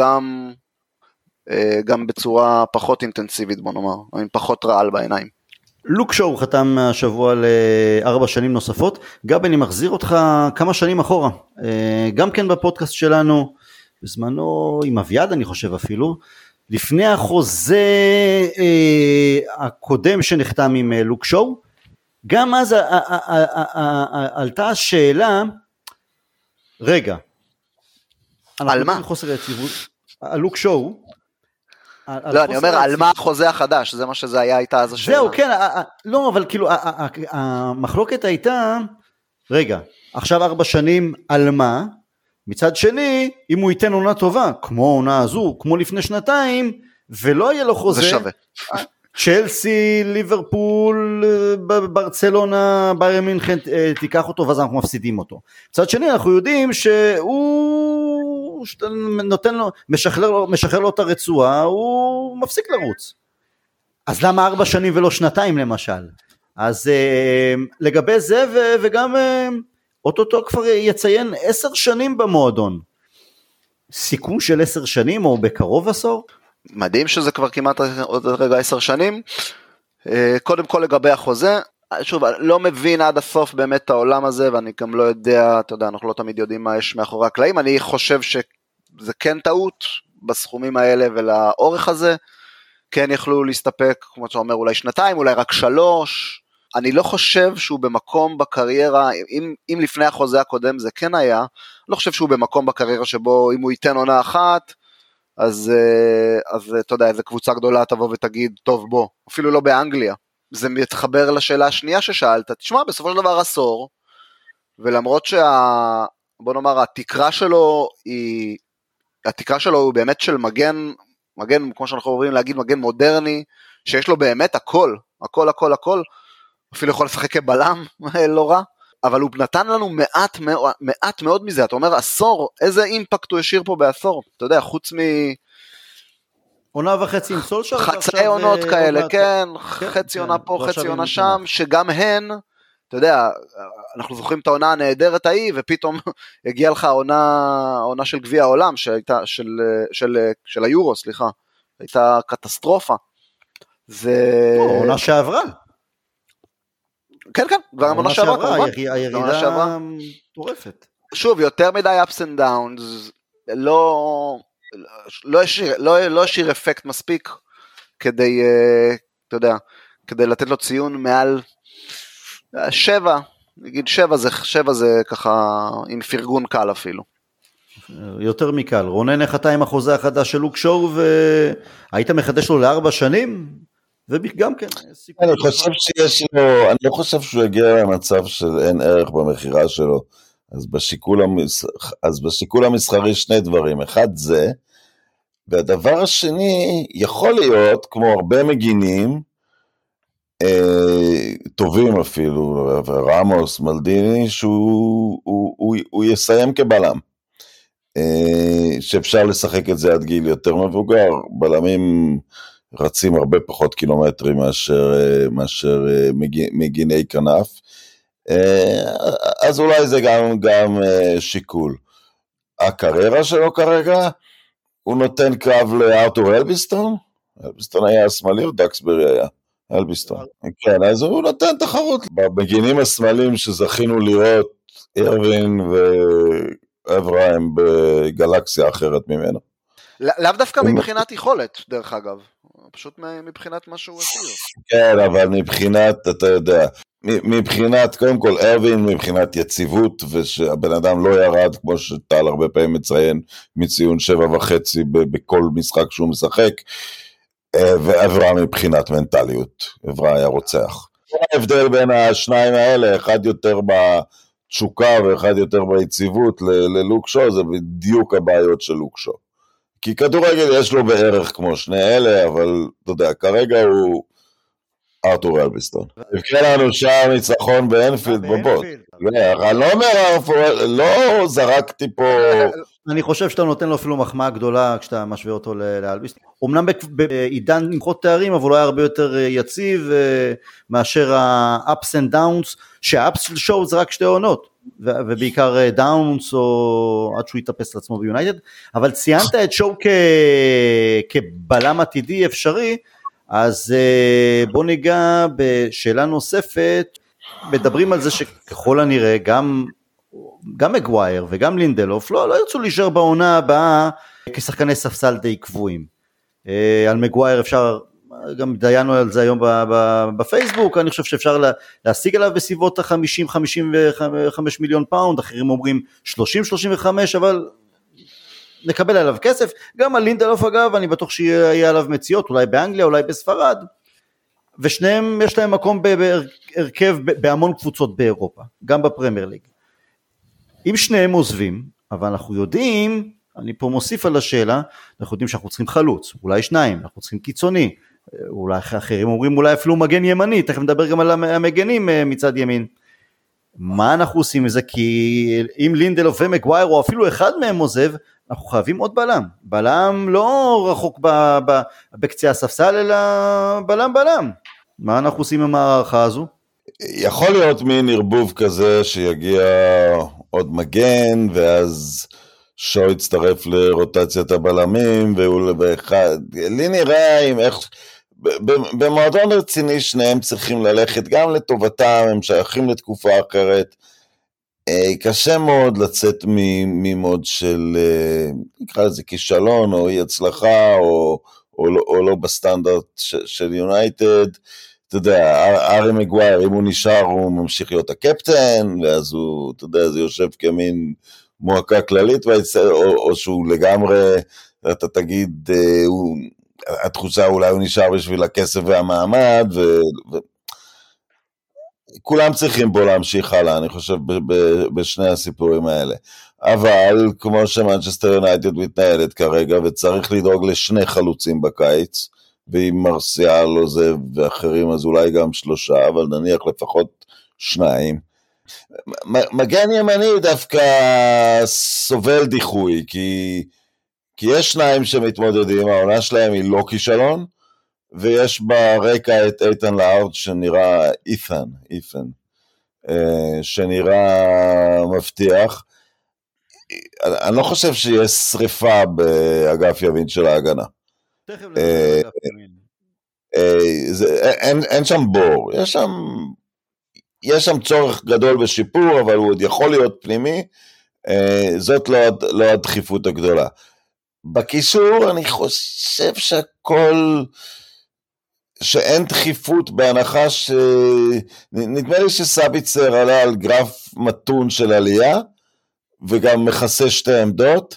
גם בצורה פחות אינטנסיבית, בוא נאמר, או עם פחות רעל בעיניים. לוק שואו חתם השבוע ל4 שנים נוספות. גבי, אני מחזיר אותך כמה שנים אחורה, גם כן בפודקאסט שלנו, בזמנו עם אביעד אני חושב אפילו, לפני החוזה הקודם שנחתם עם לוק שואו, גם אז עלתה השאלה, רגע, על מה? חוסר היציבות, על לוק שואו, לא, אני אומר, על מה החוזה החדש, זה מה שזה הייתה אז השאלה. זהו, כן, לא, אבל כאילו, המחלוקת הייתה, רגע, עכשיו 4 שנים, על מה? מצד שני, אם הוא ייתן עונה טובה, כמו העונה הזו, כמו לפני 2 ולא יהיה לו חוזה, זה שווה. צ'לסי, ליברפול, ברצלונה, ביירן מינכן, תיקח אותו, ואז אנחנו מפסידים אותו. מצד שני, אנחנו יודעים שהוא נותן לו, משחרר לו את הרצועה, הוא מפסיק לרוץ. אז למה 4 שנים ולא 2 למשל? אז לגבי זה, וגם אוטוטו כבר יציין 10 שנים במועדון. סיכום של 10 שנים, או בקרוב עשור? מדהים שזה כבר כמעט עוד רגע 10 שנים. קודם כל לגבי החוזה, שוב, לא מבין עד הסוף באמת העולם הזה, ואני גם לא יודע, אתה יודע, אנחנו לא תמיד יודעים מה יש מאחורי הקלעים, אני חושב שזה כן טעות בסכומים האלה ולאורך הזה, כן יכלו להסתפק, כמו שאתה אומר, אולי 2, אולי רק 3, אני לא חושב שהוא במקום בקריירה, אם לפני החוזה הקודם זה כן היה, לא חושב שהוא במקום בקריירה שבו אם הוא ייתן עונה אחת, אז אתה יודע, איזה קבוצה גדולה תבוא ותגיד, טוב בוא, אפילו לא באנגליה, זה מתחבר לשאלה השנייה ששאלת, תשמע, בסופו של דבר עשור, ולמרות בוא נאמר, התקרה שלו הוא באמת של מגן, כמו שאנחנו אומרים להגיד, מגן מודרני, שיש לו באמת הכל, אפילו יכול לשחק כבלם, לא רע, אבל הוא נתן לנו מעט מאוד מזה, אתה אומר עשור, איזה אימפקט הוא השאיר פה בעשור, אתה יודע, חוץ עונה וחצי עם סולשר, חצי עונות כאלה, כן, חצי עונה פה, חצי עונה שם, שגם הן, אתה יודע, אנחנו זוכרים את העונה הנהדרת ההיא, ופתאום הגיעה לך העונה של גביע העולם, שהייתה, של היורו, סליחה, הייתה קטסטרופה. עונה שעברה. כן, גם עונה שעברה, כמובן. הירידה מטורפת. שוב, יותר מדי ups and downs, לא השאיר אפקט מספיק, כדי, אתה יודע, כדי לתת לו ציון מעל 7, נגיד 7 זה ככה עם פרגון קל אפילו. יותר מקל. רונן, איך אתה עם החוזה החדש של לוק שואו, והיית מחדש לו ל4 שנים? וגם כן, אני חושב שיש לו, אני לא חושב שהוא יגיע למצב של אין ערך במחירה שלו, אז בשיקול המסחרי שני דברים, אחד זה, והדבר השני, יכול להיות, כמו הרבה מגינים, טובים אפילו, רמוס, מלדיני, שהוא יסיים כבלם, שאפשר לשחק את זה עד גיל יותר מבוגר, בלמים רצים הרבה פחות קילומטרים מאשר מגיני כנף, אז אולי זה גם שיקול. הקריירה שלו כרגע, הוא נותן קרב לארתור אלביסטון, אלביסטון היה השמאלי או דקסברי היה? אלביסטון. כן, אז הוא נותן תחרות. במגינים השמאלים שזכינו לראות, ארווין ואברהם בגלקסיה אחרת ממנו. לאו דווקא מבחינת יכולת, דרך אגב. פשוט מבחינת מה שהוא עשיר. כן, אבל מבחינת, אתה יודע, מבחינת, קודם כל, ארווין מבחינת יציבות, ושהבן אדם לא ירד, כמו שטל הרבה פעמים מציין, מציון 7.5 בכל משחק שהוא משחק, ועברה מבחינת מנטליות, עברה היה רוצח. ההבדל בין השניים האלה, אחד יותר בתשוקה ואחד יותר ביציבות ללוק שואו, זה בדיוק הבעיות של לוק שואו. כי כדורגל יש לו בערך כמו שני אלה, אבל אתה יודע, כרגע הוא ארתור אלביסטון. הבקע לנו שם ניצחון באנפילד בבוט. אני לא אומר, לא זרקתי פה... אני חושב שאתה נותן לו אפילו מחמאה גדולה כשאתה משווה אותו לאלביסטון. אמנם בעידן נמחות תארים, אבל הוא היה הרבה יותר יציב מאשר ה-ups and downs, שה-ups של שואו זה רק 2 עונות, ובעיקר דאונס או עד שהוא יתאפס לעצמו ביונייטד, אבל ציינת את שואו כבלם עתידי אפשרי, אז בוא ניגע בשאלה נוספת, מדברים על זה שככל הנראה גם מגווייר וגם לינדלוף לא ירצו להישאר בעונה הבאה כשחקני ספסל די קבועים. על מגווייר אפשר, גם דיינו על זה היום בפייסבוק, אני חושב שאפשר להשיג עליו בסביבות ה-50-55 מיליון פאונד, אחרים אומרים 30-35, אבל נקבל עליו כסף. גם על לינדלוף אגב, אני בטוח שיהיה עליו מציאות, אולי באנגליה, אולי בספרד, ושניהם יש להם מקום בהרכב בהמון קבוצות באירופה, גם בפרמייר ליג. אם שניהם עוזבים, אבל אנחנו יודעים, אני פה מוסיף על השאלה, אנחנו יודעים שאנחנו צריכים חלוץ, אולי 2, אנחנו צריכים קיצוני, אולי אחרים אומרים אולי אפילו מגן ימני, תכף נדבר גם על המגנים מצד ימין. מה אנחנו עושים מזה? כי אם לינדלוף ומגווייר או אפילו אחד מהם עוזב, אנחנו חייבים עוד בלם. בלם לא רחוק בקצה הספסל, אלא בלם. מה אנחנו עושים עם המערכה הזו? יכול להיות מין ערבוב כזה שיגיע עוד מגן, ואז שואו יצטרף לרוטציית הבלמים, לי נראה עם איך, במועדון רציני שניהם צריכים ללכת גם לטובתם, הם שייכים לתקופה אחרת, קשה מאוד לצאת ממוד של, נקרא לזה כישלון, או אי הצלחה, או לא בסטנדרט של יונייטד. אתה יודע, ארי מגווייר, אם הוא נשאר, הוא ממשיך להיות הקפטן, ואז הוא, אתה יודע, זה יושב כמין מועקה כללית, או שהוא לגמרי, אתה תגיד, התחושה אולי הוא נשאר בשביל הכסף והמעמד, כולם צריכים פה להמשיך הלאה, אני חושב, בשני הסיפורים האלה. אבל, כמו שמנצ'סטר יונייטד מתנהלת כרגע, וצריך לדאוג לשני חלוצים בקיץ, ואם מרסיאל או זה ואחרים, אז אולי גם 3, אבל נניח לפחות 2. מגן ימני דווקא סובל דיחוי, כי יש 2 שמתמודדים, העונה שלהם היא לא כישלון, ויש ברקע את איתן לארד שנראה אית'ן, שנראה מבטיח. אני לא חושב שיש שריפה באגף ימין של ההגנה. אין שם בור, יש שם צורך גדול בשיפור, אבל הוא עוד יכול להיות פנימי, זאת לא הדחיפות הגדולה. בקישור אני חושב שאין דחיפות בהנחה נדמה לי שסביצר עלה על גרף מתון של עלייה, וגם מכסה שתי עמדות,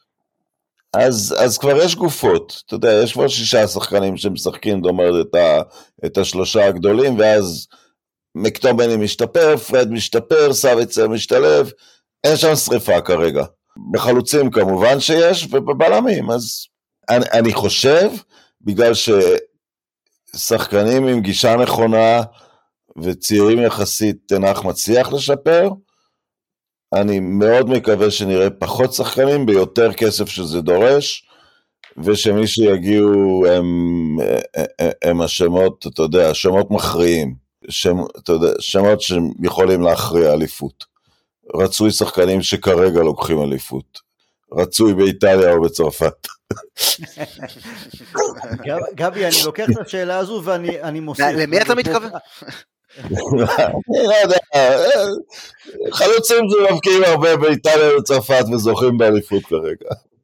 אז כבר יש גופות, אתה יודע, יש כבר 6 שחקנים שמשחקים, זאת אומרת, את השלושה הגדולים, ואז מקטומני משתפר, פרד משתפר, סביצר משתלב, אין שם שריפה כרגע. בחלוצים כמובן שיש, ובבלמים, אז אני חושב, בגלל ששחקנים עם גישה נכונה, וצעירים יחסית תנח מצליח לשפר, אני מאוד מקווה שנראה פחות שחקנים, ביותר כסף שזה דורש, ושמי שיגיעו הם השמות, אתה יודע, שמות מכריעים, שמות שיכולים להכריע אליפות. רצוי שחקנים שכרגע לוקחים אליפות. רצוי באיטליה או בצרפת. גבי, אני לוקח את השאלה הזו ואני מוסיף. למי אתה מתכוון? אני לא יודע, חלוצים שמבקיעים הרבה באיטליה ובצרפת וזוכים באליפות כרגע.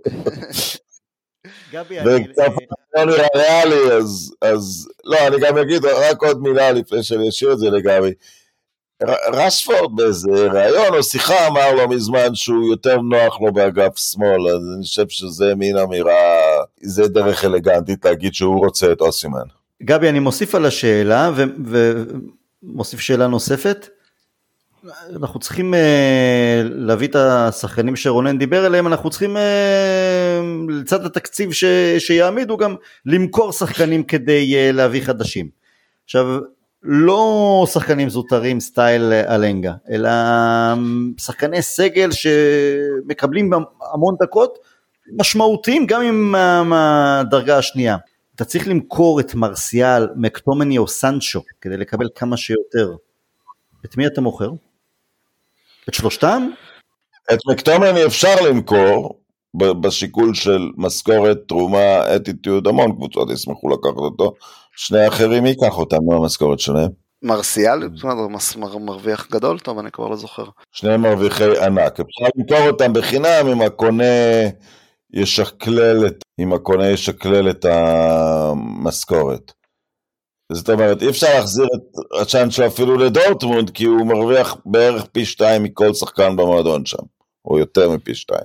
גבי, וקצת לא נראה ריאלי, אז לא, אני גם אגיד רק עוד מילה לפני שאני אשאיר את זה לגבי. רשפורד באיזה ראיון או שיחה אמר לו מזמן שהוא יותר נוח לו באגף שמאל, אז אני חושב שזה מין אמירה, זה דרך אלגנטית להגיד שהוא רוצה את אוסימן. גבי, אני מוסיף על השאלה ומוסיף שאלה נוספת. אנחנו צריכים להביא את השחקנים שרונן דיבר עליהם, אנחנו צריכים לצד התקציב שיעמידו גם למכור שחקנים כדי להביא חדשים. עכשיו, לא שחקנים זוטרים סטייל אלנגה, אלא שחקני סגל שמקבלים המון דקות משמעותיים, גם עם הדרגה השנייה. אתה צריך למכור את מרסיאל, מקטומני או סנצ'ו, כדי לקבל כמה שיותר. את מי אתה מוכר? את שלושתם? את מקטומני אפשר למכור, בשיקול של משכורת, תרומה, אטיטיוד, המון קבוצות ישמחו לקחת אותו, שני אחרים ייקח אותם מהמשכורת שלהם. מרסיאל, מרוויח גדול, טוב, אני כבר לא זוכר. שני מרוויחי ענק, אפשר למכור אותם בחינם אם הקונה ישקלל את המשכורת. זאת אומרת, אי אפשר להחזיר את הצ'אנצ'ו אפילו לדורטמונד, כי הוא מרוויח בערך פי 2 מכל שחקן במועדון שם, או יותר מפי 2.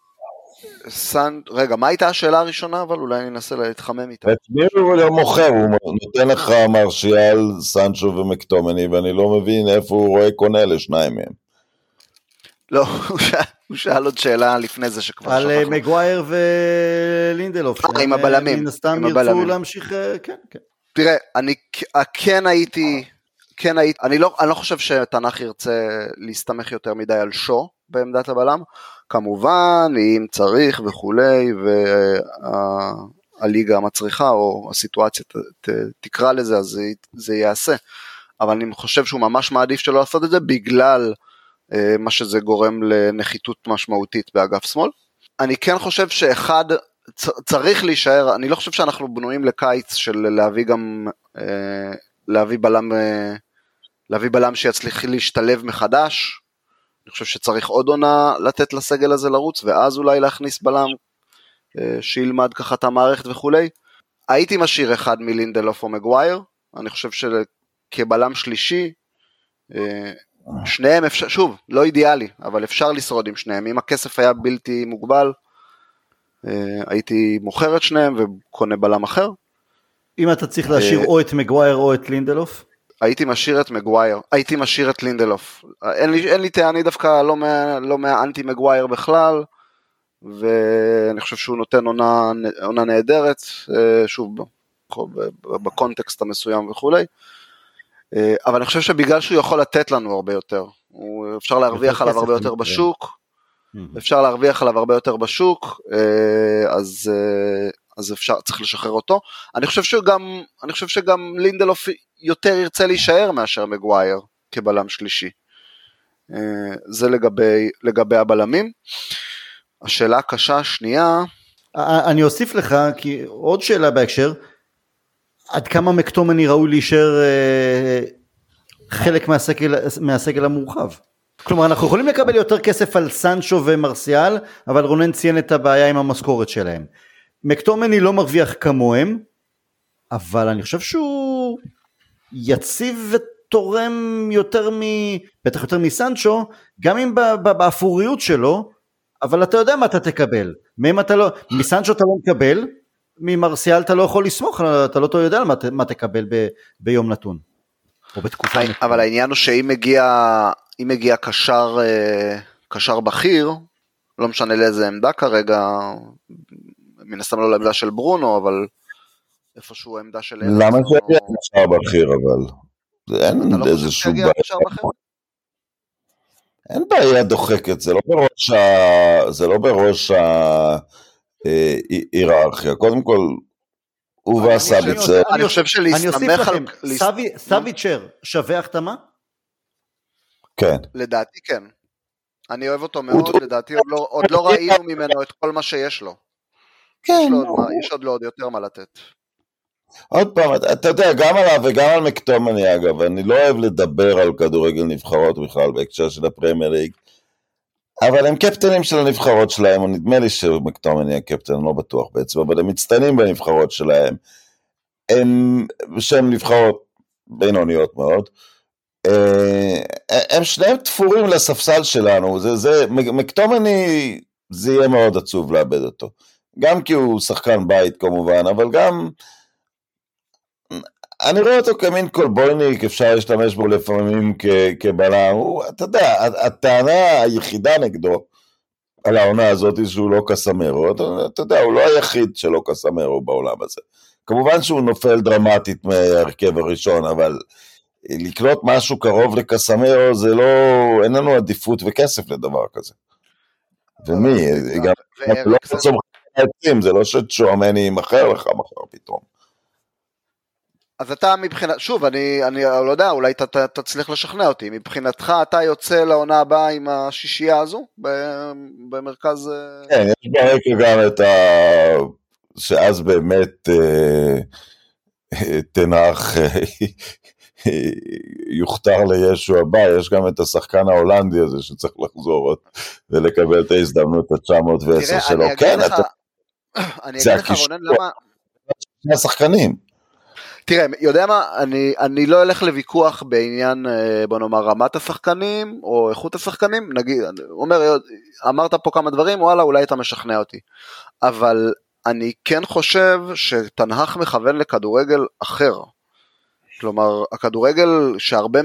רגע, מה הייתה השאלה הראשונה, אבל אולי אני אנסה להתחמם איתה. את מי הוא לא מוכר, הוא נותן לך מרשיאל, סנצ'ו ומקטומני, ואני לא מבין איפה הוא רואה קונה לשניים מהם. לא, הוא שאל עוד שאלה לפני זה שכבר שכחנו. על מגווייר ולינדלוף. עם הבלמים. מן הסתם ירצו להמשיך, כן, כן. תראה, אני כן הייתי, אני לא חושב שתנח ירצה להסתמך יותר מדי על שו בעמדת הבלם, כמובן אם צריך וכולי, והליגה מצריכה או הסיטואציה תקרא לזה, אז זה יעשה, אבל אני חושב שהוא ממש מעדיף שלא לעשות את זה, בגלל מה שזה גורם לנחיתות משמעותית באגף שמאל. אני כן חושב שאחד צריך להישאר, אני לא חושב שאנחנו בנויים לקיץ של להביא בלם שיצליח להשתלב מחדש. אני חושב שצריך עוד עונה לתת לסגל הזה לרוץ, ואז אולי להכניס בלם שילמד ככה את המערכת וכולי. הייתי משאיר אחד מלינדלוף או מגווייר, אני חושב שכבלם שלישי, שניהם אפשר, שוב, לא אידיאלי, אבל אפשר לשרוד עם שניהם, אם הכסף היה בלתי מוגבל, הייתי מוכר את שניהם וקונה בלם אחר. אם אתה צריך להשאיר או את מגווייר או את לינדלוף? הייתי משאיר את מגווייר, הייתי משאיר את לינדלוף. אין לי טעני דווקא לא מהאנטי מגווייר בכלל, ואני חושב שהוא נותן עונה נהדרת, שוב, בקונטקסט המסוים וכולי. אבל אני חושב שבגלל שהוא יכול לתת לנו הרבה יותר, אפשר להרוויח עליו הרבה יותר בשוק, אז אפשר, צריך לשחרר אותו. אני חושב שגם לינדלוף יותר ירצה להישאר מאשר מגווייר כבלם שלישי. זה לגבי הבלמים. השאלה הקשה השנייה, אני אוסיף לך, כי עוד שאלה בהקשר, עד כמה מקטומני ראוי להישאר חלק מהסגל המורחב? כלומר, אנחנו יכולים לקבל יותר כסף על סנצ'ו ומרסיאל, אבל רונן ציין את הבעיה עם המשכורת שלהם. מקטומני לא מרוויח כמוהם, אבל אני חושב שהוא יציב ותורם יותר בטח יותר מסנצ'ו, גם אם באפוריות שלו, אבל אתה יודע מה אתה תקבל, מסנצ'ו אתה לא מקבל, ממרסיאל אתה לא יכול לסמוך, אתה לא יודע מה תקבל ביום נתון, או בתקופה נתון. אבל העניין הוא שאם מגיע קשר בכיר, לא משנה לאיזה עמדה כרגע, מן הסתם לא לעמדה של ברונו, אבל איפשהו העמדה של... למה שיגיע קשר בכיר, אבל אין איזשהו בעיה. אין בעיה דוחקת, זה לא בראש ההיררכיה. קודם כל, הוא והסאביצ'ר. אני חושב שלהסתמך על... סאביצ'ר שווה החתמה? כן. לדעתי כן. אני אוהב אותו מאוד, לדעתי עוד לא ראינו ממנו את כל מה שיש לו. כן. יש עוד לא יותר מה לתת. עוד פעם, אתה יודע, גם עליו וגם על מקטומני אגב, אני לא אוהב לדבר על כדורגל נבחרות בכלל בהקשר של הפרמייר ליג, אבל הם קפטנים של הנבחרות שלהם, נדמה לי שמקטומני הקפטן, אני לא בטוח בעצם, אבל הם מצטיינים בנבחרות שלהם, שהם נבחרות בינוניות מאוד, הם שניהם תפורים לספסל שלנו, מקטומני זה יהיה מאוד עצוב לאבד אותו, גם כי הוא שחקן בית כמובן, אבל גם אני רואה אותו כמין קולבויניק, אפשר להשתמש בו לפעמים כבלם, אתה יודע, הטענה היחידה נגדו, על העונה הזאת שהוא לא קסמרו, אתה יודע, הוא לא היחיד שלא קסמרו בעולם הזה, כמובן שהוא נופל דרמטית מהרכב הראשון, אבל לקלוט משהו קרוב לקסמרו, זה לא, אין לנו עדיפות וכסף לדבר כזה, ומי, גם לא צומחים, זה לא שצ'ואמני ימחר לך מחר פתאום, אז אתה מבחינת, שוב, אני לא יודע, אולי אתה תצליח לשכנע אותי, מבחינתך אתה יוצא לעונה הבאה עם השישייה הזו, במרכז... כן, יש ברקע גם את שאז באמת תנח יוכתר לישו הבא, יש גם את השחקן ההולנדי הזה שצריך לחזור ולקבל את ההזדמנות ה-910 שלו. כן, אני אגיד לך רונן, למה... שני השחקנים. תראה, יודע מה, אני לא אלך לוויכוח בעניין, בוא נאמר, רמת השחקנים, או איכות השחקנים, נגיד, אמרת פה כמה דברים, וואלה, אולי אתה משכנע אותי, אבל אני כן חושב שתנהך מכוון לכדורגל אחר, כלומר, הכדורגל שהרבה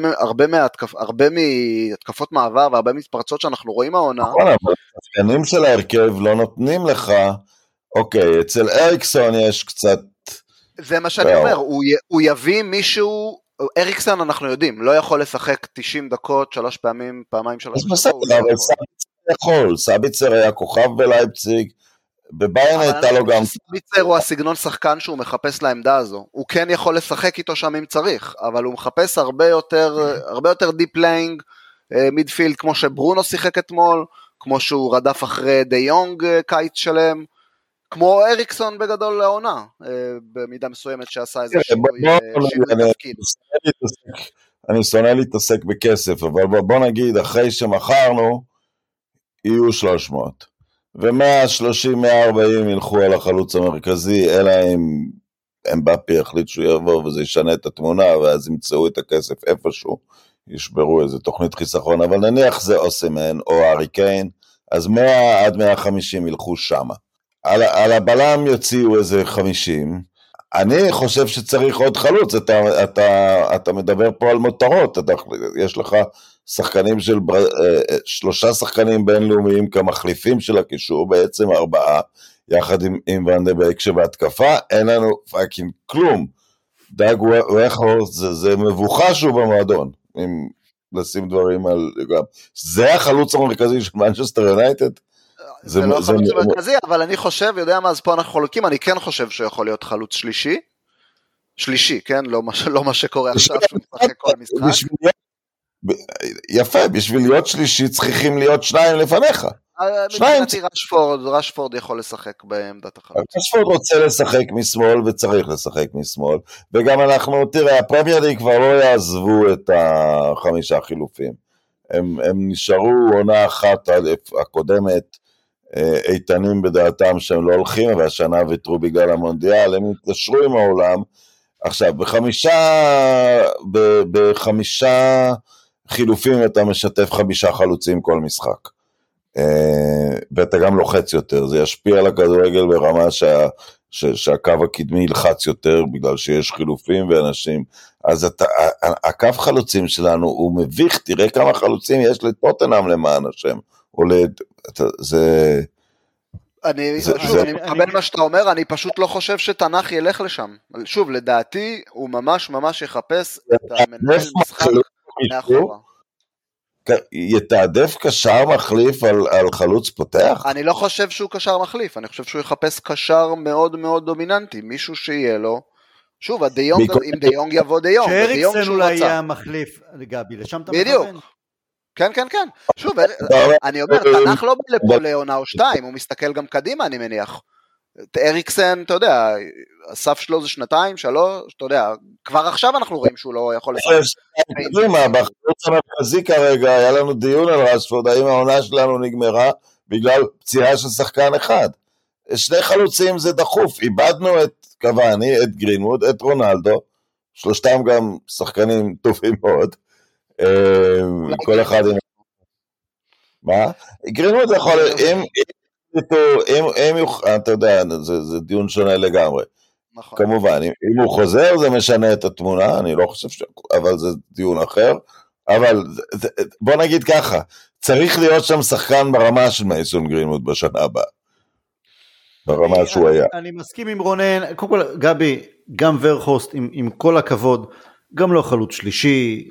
מהתקפות מעבר, והרבה מתפרצות שאנחנו רואים העונה, נכון, אבל השחקנים של ההרכב לא נותנים לך, אוקיי, אצל אריקסון יש קצת, זה מה שאני אומר, הוא יביא מישהו, אריקסן אנחנו יודעים, לא יכול לשחק 90 דקות, 3 פעמים, פעמיים 3 דקות. בסדר, אבל סאביצר יכול, סאביצר היה כוכב בלייפציג, בביירן הייתה לו גם... סאביצר הוא הסגנון שחקן שהוא מחפש לעמדה הזו, הוא כן יכול לשחק איתו שם אם צריך, אבל הוא מחפש הרבה יותר דיפ ליינג, מידפילד כמו שברונו שיחק אתמול, כמו שהוא רדף אחרי די יונג קיץ שלם, כמו אריקסון בגדול לעונה, במידה מסוימת שעשה איזה שינוי תפקיד. אני שונא להתעסק בכסף, אבל בוא נגיד, אחרי שמכרנו, יהיו 300. ו-130-140 ילכו על החלוץ המרכזי, אלא אם אמבפי החליט שהוא יבוא, וזה ישנה את התמונה, ואז ימצאו את הכסף איפשהו, ישברו איזה תוכנית חיסכון, אבל נניח זה אוסימן או ארי קיין, אז 100 עד 150 ילכו שמה. על הבלם יוציאו איזה 50, אני חושב שצריך עוד חלוץ, אתה מדבר פה על מותרות, יש לך שחקנים של 3 שחקנים בינלאומיים כמחליפים של הקישור, בעצם 4, יחד עם ון דה בייק שבהתקפה, אין לנו פאקינג כלום, דאג וחורט זה מבוכה שהוא במועדון, אם לשים דברים על, זה החלוץ המרכזי של מנצ'סטר יונייטד, זה לא חלוץ מרכזי, אבל אני חושב, יודע מה, אז פה אנחנו חולקים, אני כן חושב שיכול להיות חלוץ שלישי, כן? לא מה שקורה עכשיו, שהוא משחק כל משחק. יפה, בשביל להיות שלישי צריכים להיות 2 לפניך. מבחינתי רשפורד יכול לשחק בעמדת החלוץ. רשפורד רוצה לשחק משמאל וצריך לשחק משמאל, וגם אנחנו, תראה, הפרמייר ליג כבר לא יעזבו את 5 החילופים. הם נשארו עונה אחת הקודמת, איתנים בדעתם שהם לא הולכים, והשנה ויתרו בגלל המונדיאל, הם התקשרו עם העולם, עכשיו, בחמישה חילופים אתה משתף 5 חלוצים כל משחק. ואתה גם לוחץ יותר, זה ישפיע על הכדורגל ברמה שהקו הקדמי ילחץ יותר, בגלל שיש חילופים ואנשים, אז הקו חלוצים שלנו הוא מביך, תראה כמה חלוצים יש לטוטנהאם למען השם, אני מקבל מה שאתה אומר, אני פשוט לא חושב שתנ"ך ילך לשם. שוב, לדעתי, הוא ממש ממש יחפש את המנהל משחק מאחורה. יתעדף קשר מחליף על חלוץ פותח? אני לא חושב שהוא קשר מחליף, אני חושב שהוא יחפש קשר מאוד מאוד דומיננטי, מישהו שיהיה לו. שוב, אם דיונג יבוא דיונג. שאריקסן אולי יהיה המחליף, גבי, לשם אתה מכוון. כן, כן, כן. שוב, אני אומר, תנ"ך לא בא לפה לעונה או 2, הוא מסתכל גם קדימה, אני מניח. אריקסן, אתה יודע, הסף שלו זה 2, 3, אתה יודע, כבר עכשיו אנחנו רואים שהוא לא יכול לשחק. בחלוץ המרכזי כרגע, היה לנו דיון על רשפורד, האם העונה שלנו נגמרה בגלל פציעה של שחקן אחד. 2 חלוצים זה דחוף, איבדנו את קוואני, את גרינווד, את רונלדו, שלושתם גם שחקנים טובים מאוד. כל אחד עם... מה? גרינווד יכול... אתה יודע, זה דיון שונה לגמרי. כמובן, אם הוא חוזר זה משנה את התמונה, אני לא חושב אבל זה דיון אחר, אבל בוא נגיד ככה, צריך להיות שם שחקן ברמה של מייסון גרינווד בשנה הבאה. ברמה שהוא היה. אני מסכים עם רונן, קודם כל גבי, גם ורכוסט עם כל הכבוד, גם לא חלוץ שלישי,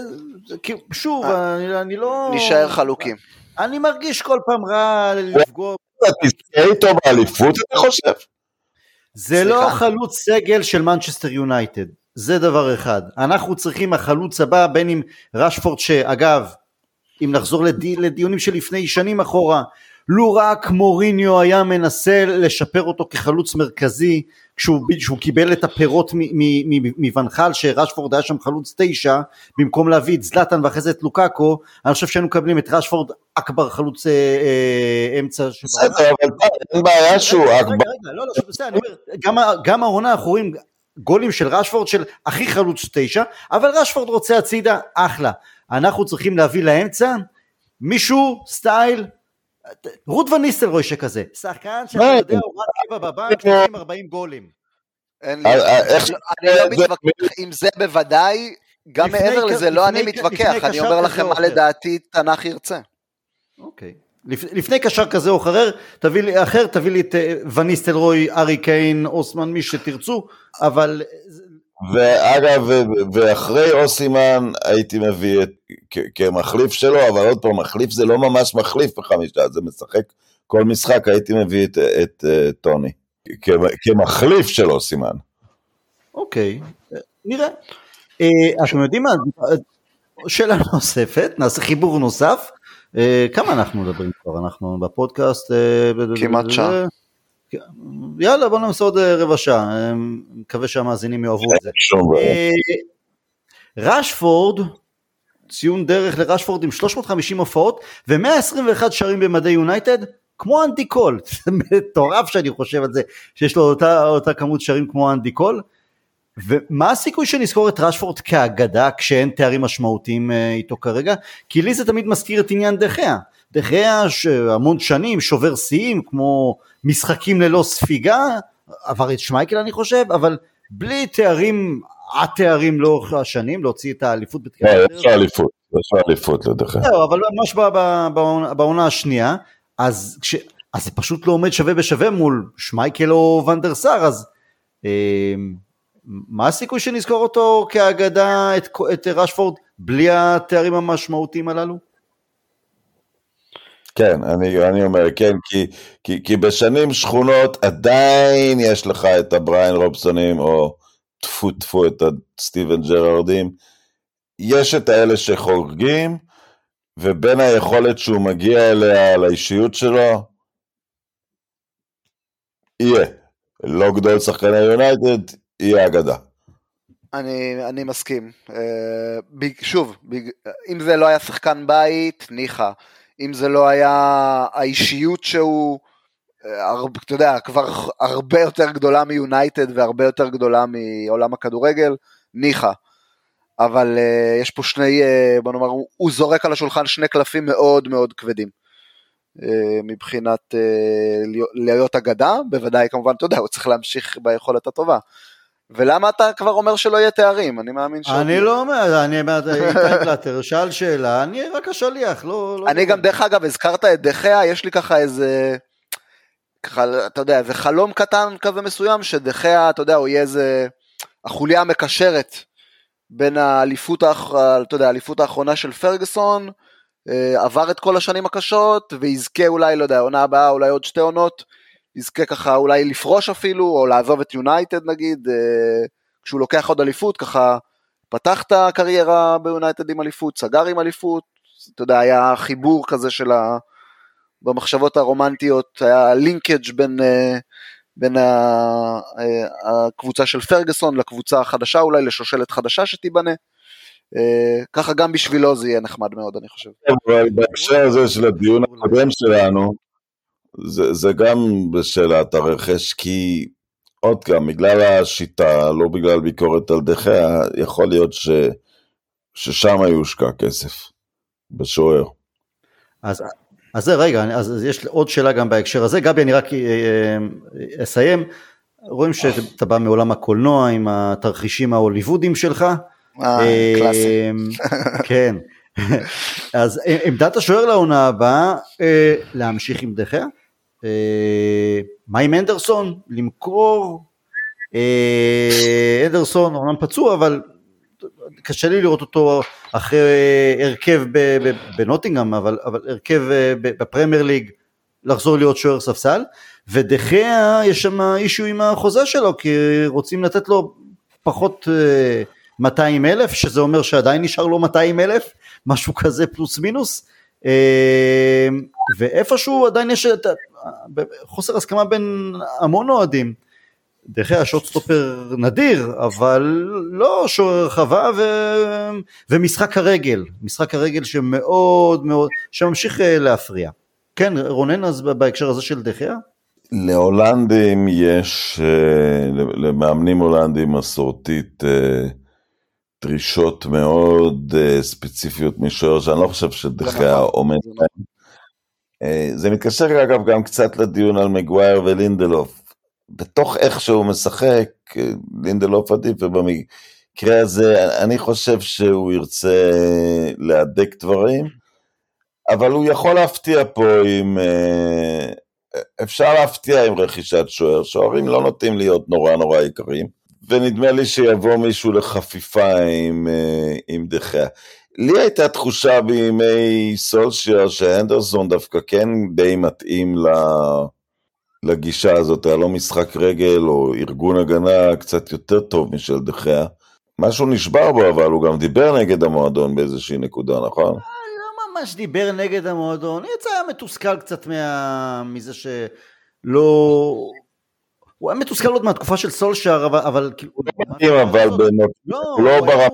שוב, אני לא... נשאר חלוקים. אני מרגיש כל פעם רע לפגוע... תזכה איתו באליפות, אתה חושב? זה לא חלוץ סגל של מנצ'סטר יונייטד, זה דבר אחד. אנחנו צריכים החלוץ הבא, בין אם רשפורד, שאגב, אם נחזור לדיונים של לפני שנים אחורה, לו רק מוריניו היה מנסה לשפר אותו כחלוץ מרכזי, כשהוא קיבל את הפירות מונחל, שרשפורד היה שם חלוץ 9, במקום להביא את זלטן ואחרי זה את לוקאקו, אני חושב שהיינו מקבלים את רשפורד אכבר חלוץ אמצע. בסדר, אבל אין בעיה שהוא אכבר. לא, בסדר, גם העונה אנחנו רואים גולים של רשפורד של הכי חלוץ 9, אבל רשפורד רוצה הצידה, אחלה. אנחנו צריכים להביא לאמצע, מישהו, סטייל, רות וניסטלרוי שכזה, שחקן שאתה יודע, הוא רק קבע בבנק, 40 גולים. אני לא מתווכח עם זה בוודאי, גם מעבר לזה לא אני מתווכח, אני אומר לכם מה לדעתי תנ"ך ירצה. אוקיי. לפני קשר כזה או אחר, תביא לי את וניסטלרוי, ארי קיין, אוסמן, מי שתרצו, אבל... ואגב, ואחרי אוסימן הייתי מביא כמחליף שלו, אבל עוד פעם, מחליף זה לא ממש מחליף בחמישה, זה משחק כל משחק, הייתי מביא את טוני, כמחליף של אוסימן. אוקיי, נראה. אתם יודעים מה, שאלה נוספת, נעשה חיבור נוסף, כמה אנחנו מדברים כבר, אנחנו בפודקאסט, כמעט שעה. יאללה, בוא נעשה עוד רבע שעה, מקווה שהמאזינים יאהבו את זה. רשפורד, ציון דרך לרשפורד עם 350 הופעות, ו121 שערים במדי יונייטד, כמו אנדי קול, זה מטורף שאני חושב על זה, שיש לו אותה כמות שערים כמו אנדי קול, ומה הסיכוי שנזכור את רשפורד כאגדה, כשאין תארים משמעותיים איתו כרגע? כי לי זה תמיד מזכיר את עניין דחיה, דחיה שהמון שנים שובר שיאים, כמו משחקים ללא ספיגה, עבר את שמייקל אני חושב, אבל בלי תארים, התארים לאורך השנים, להוציא את האליפות בתקופה. יש האליפות לדחיה. אבל ממש בעונה השנייה, אז זה פשוט לא עומד שווה בשווה מול שמייקל או ונדר סאר, אז מה הסיכוי שנזכור אותו כאגדה את רשפורד, בלי התארים המשמעותיים הללו? כן, אני אומר, כן, כי בשנים שכונות עדיין יש לך את הבריין רובסונים, או תפו את סטיבן ג'רארדים, יש את האלה שחורגים, ובין היכולת שהוא מגיע אליה, לאישיות שלו, יהיה, לא גדול שחקני יונייטד, יהיה אגדה. אני מסכים, שוב, אם זה לא היה שחקן בית, ניחה, אם זה לא היה האישיות שהוא אתה יודע, כבר הרבה יותר גדולה מיונייטד והרבה יותר גדולה מעולם הכדורגל, ניחה. אבל יש פה שני, בוא נאמר, הוא זורק על השולחן שני קלפים מאוד מאוד כבדים. מבחינת להיות אגדה, בוודאי כמובן, אתה יודע, הוא צריך להמשיך ביכולת הטובה. ולמה אתה כבר אומר שלא יהיה תארים? אני מאמין ש... אני לא אומר, אני איתי פלטר, שאל שאלה, אני רק השליח, לא... אני גם דרך אגב, הזכרת את דחיה, יש לי ככה איזה... ככה, אתה יודע, זה חלום קטן כזה מסוים, שדחיה, אתה יודע, הוא יהיה איזה... החוליה המקשרת בין האליפות, אתה יודע, האליפות האחרונה של פרגוסון, עבר את כל השנים הקשות, ויזכה אולי, לא יודע, עונה הבאה, אולי עוד 2 עונות, יזכה ככה אולי לפרוש אפילו, או לעזוב את יונייטד נגיד, כשהוא לוקח עוד אליפות, ככה פתח את הקריירה ביונייטד עם אליפות, סגר עם אליפות, אתה יודע, היה חיבור כזה של במחשבות הרומנטיות, היה לינקג' בין הקבוצה של פרגוסון לקבוצה החדשה, אולי לשושלת חדשה שתיבנה, ככה גם בשבילו זה יהיה נחמד מאוד, אני חושב. אבל בהקשר הזה של הדיון הקודם שלנו, זה גם בשאלת הרכש, כי עוד גם, בגלל השיטה, לא בגלל ביקורת על דחיה, יכול להיות ששם יושקע כסף, בשוער. אז זה רגע, אז יש עוד שאלה גם בהקשר הזה, גבי אני רק אסיים, רואים שאתה בא מעולם הקולנוע עם התרחישים ההוליוודים שלך, קלאסי. כן, אז עמדת השוער לעונה הבאה, להמשיך עם דחיה, מה עם אנדרסון, למכור, אנדרסון אומנם פצוע, אבל קשה לי לראות אותו אחרי הרכב בנוטינגהאם, אבל הרכב בפרמייר ליג, לחזור להיות שוער ספסל, ודחיה יש שם אישו עם החוזה שלו, כי רוצים לתת לו פחות 200,000, שזה אומר שעדיין נשאר לו 200,000, משהו כזה פלוס מינוס, ואיפשהו עדיין יש חוסר הסכמה בין המון אוהדים, דחיה שוטסטופר נדיר, אבל לא שוער רחבה ומשחק הרגל שמאוד מאוד, שממשיך להפריע. כן, רונן, אז בהקשר הזה של דחיה? להולנדים יש, למאמנים הולנדים מסורתית, דרישות מאוד ספציפיות משוער, שאני לא חושב שדחיה עומד להם. זה מתקשר אגב גם קצת לדיון על מגווייר ולינדלוף. בתוך איך שהוא משחק, לינדלוף עדיף, ובמקרה הזה אני חושב שהוא ירצה להדק דברים, אבל הוא יכול להפתיע פה אפשר להפתיע עם רכישת שוער, שוערים לא נוטים להיות נורא יקרים, ונדמה לי שיבוא מישהו לחפיפה עם דחיה. לי הייתה תחושה בימי סולשייר שהנדרסון דווקא כן די מתאים לגישה הזאת, היה לו משחק רגל או ארגון הגנה קצת יותר טוב משל דחיה. משהו נשבר בו, אבל הוא גם דיבר נגד המועדון באיזושהי נקודה, נכון? לא ממש דיבר נגד המועדון, יצא מתוסכל קצת מזה שלא... הוא היה מתוסכל עוד מהתקופה של סולשייר, אבל... הוא לא ברב...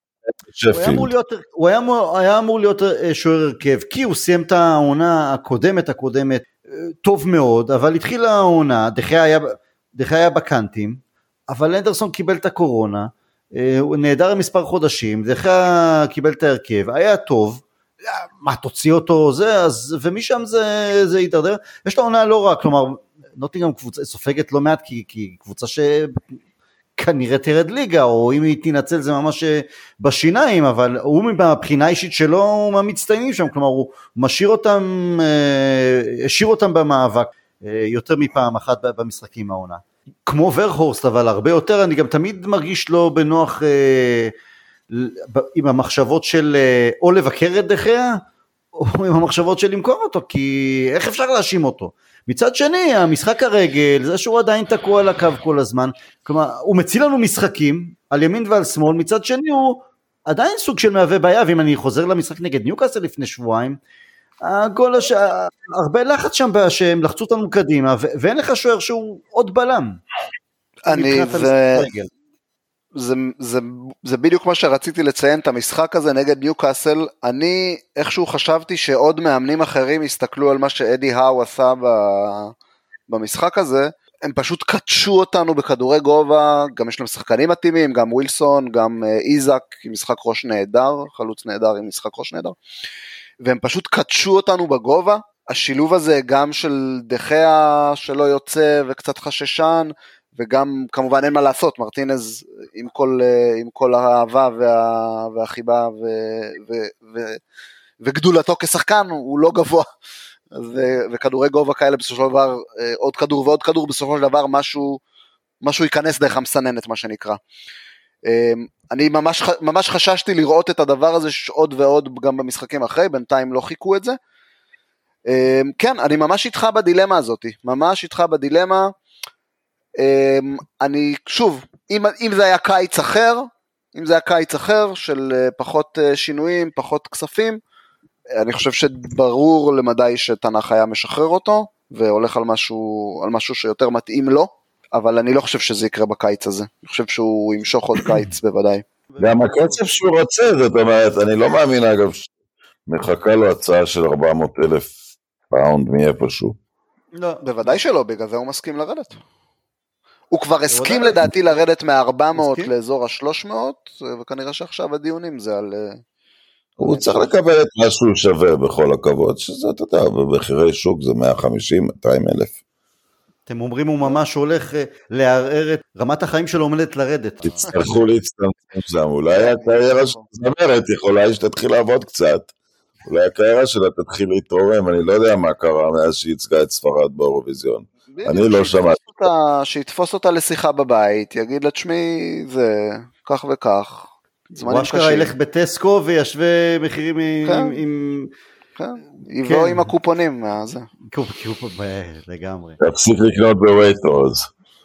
הוא היה אמור להיות שוער הרכב, כי הוא סיים את העונה הקודמת טוב מאוד, אבל התחילה העונה, דחיה היה בקנטים, אבל אנדרסון קיבל את הקורונה, הוא נהדר מספר חודשים, דחיה קיבל את ההרכב, היה טוב, מה תוציא אותו זה, ומשם זה יתדרדר, יש לה עונה לא רק, כלומר, נוטינגהאם קבוצה סופגת לא מעט, כי קבוצה כנראה תרד ליגה, או אם היא תנצל זה ממש בשיניים, אבל הוא מבחינה אישית שלו, הוא מהמצטיינים שם, כלומר הוא השאיר אותם במאבק, יותר מפעם אחת במשחקים העונה. כמו ורכהורסט, אבל הרבה יותר, אני גם תמיד מרגיש לו בנוח, עם המחשבות של או לבקר את דחיה, או עם המחשבות של למכור אותו, כי איך אפשר להאשים אותו? מצד שני, המשחק הרגל, זה שהוא עדיין תקוע על הקו כל הזמן, כלומר, הוא מציל לנו משחקים, על ימין ועל שמאל, מצד שני הוא עדיין סוג של מהווה בעיה, ואם אני חוזר למשחק נגד ניוקאסל לפני שבועיים, הגול הרבה לחץ שם, שהם לחצו אותנו קדימה, ואין לך שוער שהוא עוד בלם. זה בדיוק מה שרציתי לציין, את המשחק הזה נגד ניוקאסל, אני איכשהו חשבתי שעוד מאמנים אחרים הסתכלו על מה שאדי האו עשה במשחק הזה, הם פשוט קדשו אותנו בכדורי גובה, גם יש להם שחקנים מתאימים, גם ווילסון, גם איזק עם משחק ראש נהדר, חלוץ נהדר עם משחק ראש נהדר, והם פשוט קדשו אותנו בגובה, השילוב הזה גם של דחיה שלא יוצא וקצת חששן, וגם כמובן אין מה לעשות, מרטינז עם כל האהבה והחיבה וגדולתו כשחקן, הוא לא גבוה, וכדורי גובה כאלה בסופו של דבר, עוד כדור ועוד כדור, בסופו של דבר משהו ייכנס דרך המסננת, מה שנקרא. אני ממש חששתי לראות את הדבר הזה עוד ועוד גם במשחקים אחרי, בינתיים לא חיכו את זה. כן, אני ממש איתך בדילמה הזאת, ממש איתך בדילמה. אני, שוב, אם זה היה קיץ אחר, של פחות שינויים, פחות כספים, אני חושב שברור למדי שתנ"ך היה משחרר אותו, והולך על משהו שיותר מתאים לו, אבל אני לא חושב שזה יקרה בקיץ הזה, אני חושב שהוא ימשוך עוד קיץ בוודאי. גם הקצב שהוא רוצה, זאת אומרת, אני לא מאמין אגב, מחכה לו הצעה של 400,000 פאונד מאיפשהו. לא, בוודאי שלא, בגלל זה הוא מסכים לרדת. הוא כבר הסכים לדעתי לרדת מ-400 לאזור ה-300, וכנראה שעכשיו הדיונים זה על... הוא צריך לקבל את מה שהוא שווה בכל הכבוד, שזה, אתה יודע, במחירי שוק זה 150, 200 אלף. אתם אומרים הוא ממש הולך לערער את רמת החיים שלו עומדת לרדת. תצטרכו להצטמצם שם, אולי הקריירה של זמרת יכולה שתתחיל לעבוד קצת, אולי הקריירה שלה תתחיל להתרומם, אני לא יודע מה קרה מאז שהצגה את ספרד באירוויזיון. אני לא שמעתי. שיתפוס אותה לשיחה בבית, יגיד לה, תשמעי, זה כך וכך. הוא אשכרה ילך בטסקו וישווה מחירים עם... כן, יבוא עם הקופונים. לגמרי. תפסיק לקנות בווייטרוז.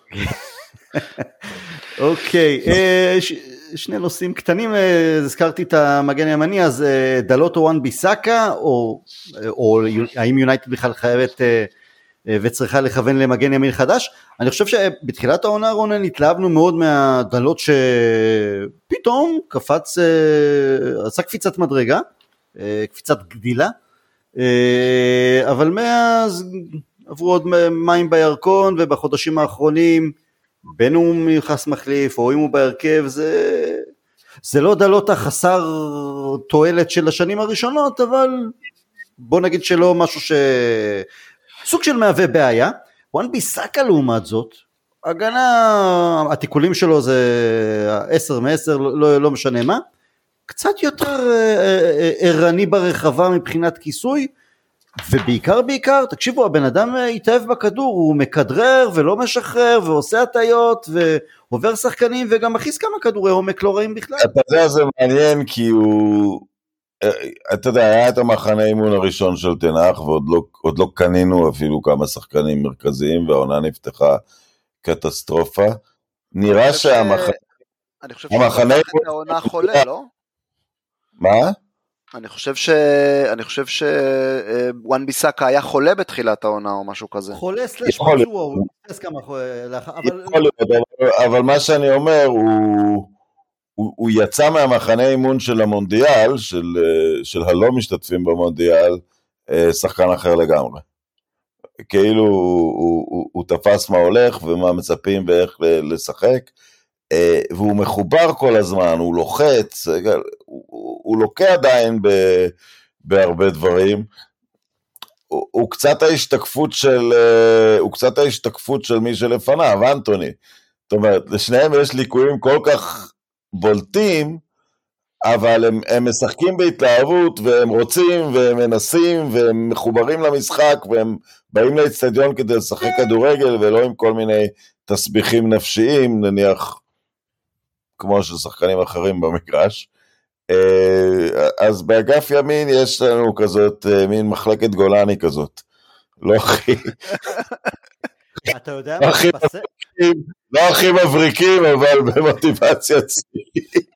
אוקיי, שני נושאים קטנים, הזכרתי את המגן הימני, אז דלות או וואן ביסאקה, או האם יונייטד בכלל חייבת וצריכה לכוון למגן ימין חדש? אני חושב שבתחילת העונה רונן התלהבנו מאוד מהדלות שפתאום קפץ, עשה קפיצת מדרגה, קפיצת גדילה, אבל מאז עברו עוד מים בירקון, ובחודשים האחרונים בין הוא מיוחס מחליף או אם הוא בהרכב, זה לא דלות החסר תועלת של השנים הראשונות, אבל בוא נגיד שלא משהו סוג של מהווה בעיה. וואן ביסאקה לעומת זאת, הגנה, התיקולים שלו זה 10 מ-10, לא משנה מה, קצת יותר ערני ברחבה מבחינת כיסוי, ובעיקר, תקשיבו, הבן אדם התאהב בכדור, הוא מקדרר ולא משחרר, ועושה הטיות, ועובר שחקנים, וגם מכניס כמה כדורי עומק לא רעים בכלל. אתה יודע, זה מעניין, כי הוא... אתה יודע, היה את המחנה אימון הראשון של תנ"ך, ועוד לא קנינו אפילו כמה שחקנים מרכזיים, והעונה נפתחה קטסטרופה. נראה שהמחנה... אני חושב שהמחנה העונה חולה, לא? מה? אני חושב שוואן ביסאקה היה חולה בתחילת העונה או משהו כזה. חולה סלש משהו, אבל מה שאני אומר, הוא יצא מהמחנה אימון של המונדיאל, של הלא משתתפים במונדיאל, שחקן אחר לגמרי. כאילו הוא תפס מה הולך ומה מצפים ואיך לשחק, והוא מחובר כל הזמן, הוא לוחץ, הוא לוקה עדיין בהרבה דברים, הוא קצת ההשתקפות של מי שלפניו, אנטוני. זאת אומרת, לשניהם יש ליקויים כל כך בולטים, אבל הם משחקים בהתלהבות, והם רוצים, והם מנסים, והם מחוברים למשחק, והם באים לאצטדיון כדי לשחק כדורגל, ולא עם כל מיני תסביכים נפשיים, נניח, כמו של שחקנים אחרים במגרש. אז באגף ימין יש לנו כזאת, מין מחלקת גולני כזאת. לא הכי... אתה יודע לא הכי מבריקים, אבל במוטיבציה צעירה.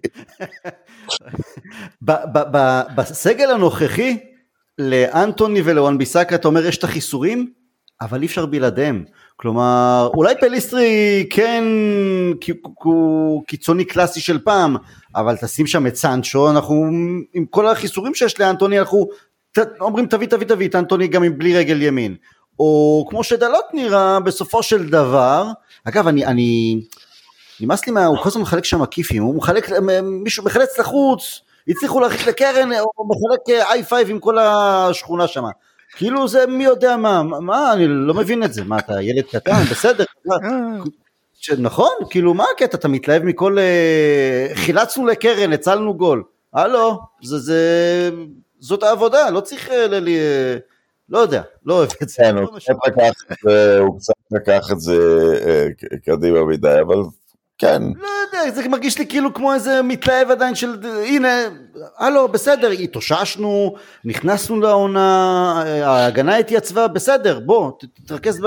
בסגל הנוכחי, לאנטוני ולוואן ביסאקה, אתה אומר יש את החיסורים, אבל אי אפשר בלעדיהם. כלומר, אולי פליסטרי כן קיצוני קלאסי של פעם, אבל תשים שם את סנצ'ו, אנחנו עם כל החיסורים שיש לאנטוני, אנחנו אומרים תביא את אנטוני גם עם בלי רגל ימין. או כמו שדלות נראה בסופו של דבר, אגב אני נמאס לי הוא כל הזמן מחלק שם עקיפים, הוא מחלק, מישהו מחלץ לחוץ, הצליחו להרחיק לקרן, או מחלק i5 עם כל השכונה שם, כאילו זה מי יודע מה, אני לא מבין את זה, מה אתה ילד קטן, בסדר, נכון, כאילו מה הקטע, אתה מתלהב מכל, חילצנו לקרן, הצלנו גול, הלו, זאת העבודה, לא צריך לא יודע, לא אוהב את זה. כן, הוא קצת לקח את זה קדימה מדי, אבל כן. לא יודע, זה מרגיש לי כאילו כמו איזה מתלהב עדיין של, הנה, הלו, בסדר, התאוששנו, נכנסנו לעונה, ההגנה התייצבה, בסדר, בוא, תתרכז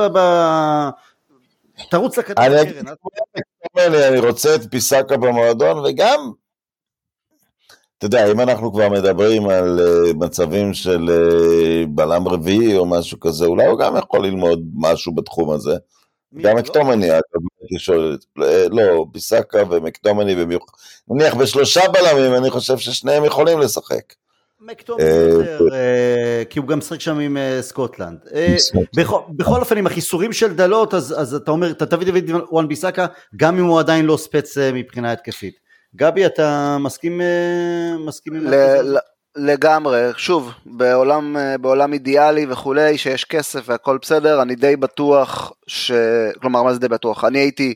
תרוץ לכדור הקרן. אני רוצה את פיסקה במועדון, וגם, אתה יודע, אם אנחנו כבר מדברים על מצבים של בלם רביעי או משהו כזה, אולי הוא גם יכול ללמוד משהו בתחום הזה. גם מקטומני, לא, פיסקה ומקטומני, נניח בשלושה בלמים, אני חושב ששניהם יכולים לשחק. מקטומני יותר, כי הוא גם שחק שם עם סקוטלנד. בכל אופן, עם החיסורים של דלות, אז אתה אומר, אתה תביא וואן ביסקה, גם אם הוא עדיין לא ספץ מבחינה התקפית. גבי, אתה מסכים עם לגמרי, שוב, בעולם אידיאלי וכולי, שיש כסף והכל בסדר, אני די בטוח, כלומר, מה זה די בטוח? אני הייתי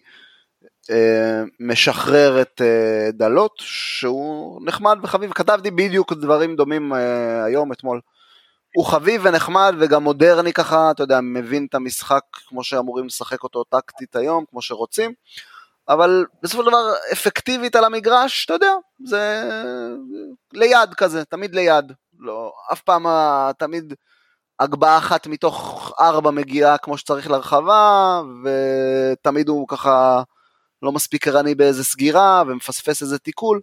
משחרר את דלות, שהוא נחמד וחביב, כתבתי בדיוק דברים דומים היום, אתמול. הוא חביב ונחמד וגם מודרני ככה, אתה יודע, מבין את המשחק כמו שאמורים לשחק אותו טקטית היום, כמו שרוצים, אבל בסופו של דבר אפקטיבית על המגרש, אתה יודע, זה ליד כזה, תמיד ליד, לא, אף פעם תמיד הגבהה אחת מתוך 4 מגיעה כמו שצריך לרחבה, ותמיד הוא ככה לא מספיק ערני באיזה סגירה, ומפספס איזה תיקול.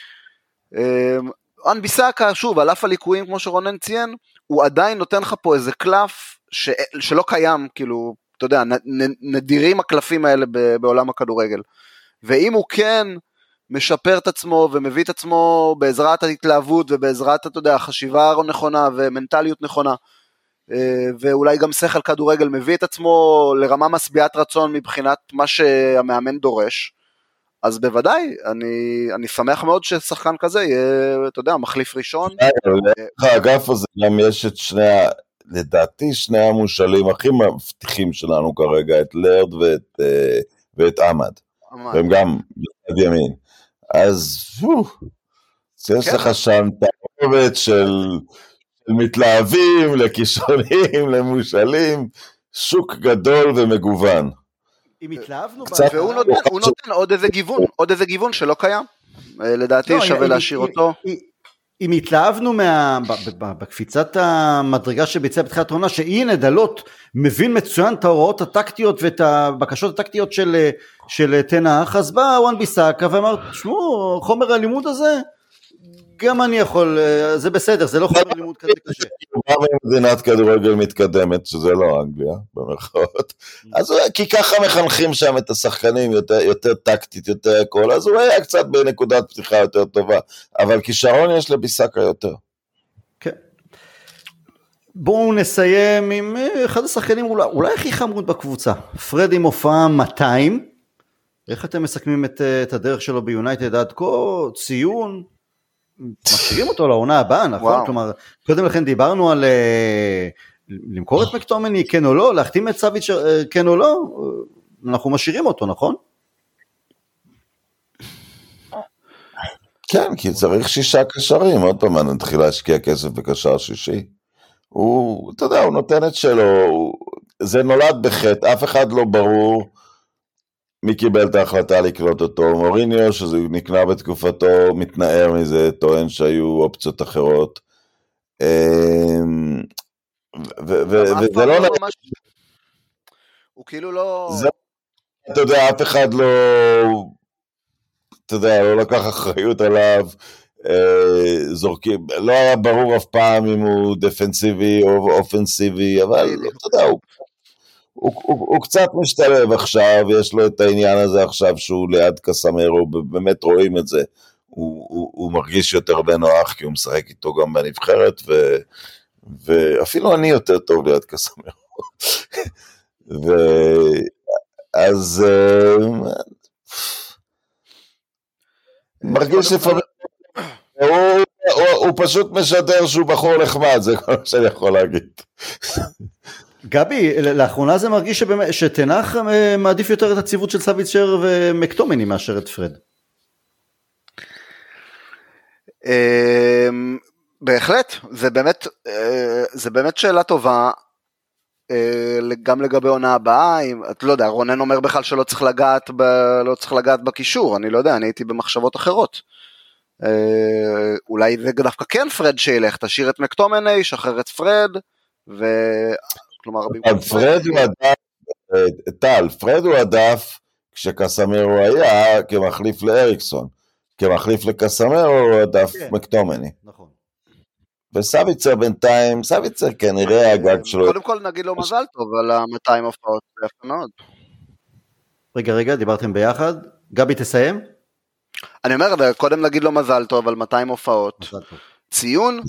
וואן ביסקה, שוב, על אף הליקויים כמו שרונן ציין, הוא עדיין נותן לך פה איזה קלף שלא קיים, כאילו, אתה יודע, נדירים הקלפים האלה בעולם הכדורגל, ואם הוא כן משפר את עצמו ומביא את עצמו בעזרת ההתלהבות ובעזרת, אתה יודע, חשיבה נכונה ומנטליות נכונה, ואולי גם שכל כדורגל מביא את עצמו לרמה משביעת רצון מבחינת מה שהמאמן דורש, אז בוודאי, אני שמח מאוד ששחקן כזה יהיה, אתה יודע, מחליף ראשון. האגף הזה גם יש את לדעתי שני המושלים הכי מבטיחים שלנו כרגע, את לרד ואת עמד, והם גם בצד ימין. אז יש לך שם תערובת של מתלהבים, לכישרונים, למושלים, שוק גדול ומגוון. אם התלהבנו, והוא נותן עוד איזה גיוון שלא קיים, לדעתי שווה להשאיר אותו. אם התלהבנו בקפיצת המדרגה שביצע בתחילת העונה, שהנה דלות מבין מצוין את ההוראות הטקטיות ואת הבקשות הטקטיות של תנח, אז בא וואן ביסקה ואמר, תשמעו, חומר הלימוד הזה, גם אני יכול, זה בסדר, זה לא חומר לימוד כזה קשה. הוא בא ממדינת כדורגל מתקדמת, שזה לא אנגליה, במרכאות, אז כי ככה מחנכים שם את השחקנים, יותר טקטית, יותר הכל, אז הוא היה קצת בנקודת פתיחה יותר טובה, אבל כישרון יש לביסקה יותר. כן. בואו נסיים עם אחד השחקנים, אולי הכי חמוד בקבוצה, פרד עם הופעה 200, איך אתם מסכמים את הדרך שלו ביונייטד עד כה, ציון, משאירים אותו לעונה הבאה, נכון? כלומר, קודם לכן דיברנו על למכור את מקטומני, כן או לא, להחתים את סאביץ' כן או לא, אנחנו משאירים אותו, נכון? כן, כי צריך 6 קשרים, עוד פעם נתחיל להשקיע כסף בקשר שישי. הוא, אתה יודע, הוא נותן את שלו, זה נולד בחטא, אף אחד לא ברור מי קיבל את ההחלטה לקלוט אותו, מוריניו, שזה נקנה בתקופתו, מתנער מזה, טוען שהיו אופציות אחרות, וזה לא ממש, הוא כאילו לא, אתה יודע, אף אחד לא, אתה יודע, לא לקח אחריות עליו, זורקים, לא היה ברור אף פעם אם הוא דפנסיבי או אופנסיבי, אבל אתה יודע, הוא קצת משתלב עכשיו, יש לו את העניין הזה עכשיו שהוא ליד קסמרו, באמת רואים את זה, הוא מרגיש יותר בנוח, כי הוא משחק איתו גם בנבחרת, ואפילו אני יותר טוב ליד קסמרו, אז מרגיש לפעמים, הוא פשוט משדר שהוא בחור נחמד, זה כל מה שאני יכול להגיד. גבי, לאחרונה זה מרגיש שתנח מעדיף יותר את הציוות של סביצ'ר ומקטומני מאשר את פרד. בהחלט, זה באמת שאלה טובה, גם לגבי עונה הבאה, אתה לא יודע, רונן אומר בכלל שלא צריך לגעת בקישור, אני לא יודע, אני הייתי במחשבות אחרות. אולי זה דווקא כן פרד שילך, תשאיר את מקטומני, שחרר את פרד, כלומר, פרד הוא עדף כשקסמרו היה כמחליף לאריקסון, כמחליף לקסמרו הוא עדף מקטומני. נכון. וסביצר בינתיים, סביצר כנראה הגג שלו. קודם כל נגיד לו מזל טוב על 200 הופעות, זה יפה מאוד. רגע, דיברתם ביחד, גבי תסיים? אני אומר, קודם נגיד לו מזל טוב על 200 הופעות. ציון?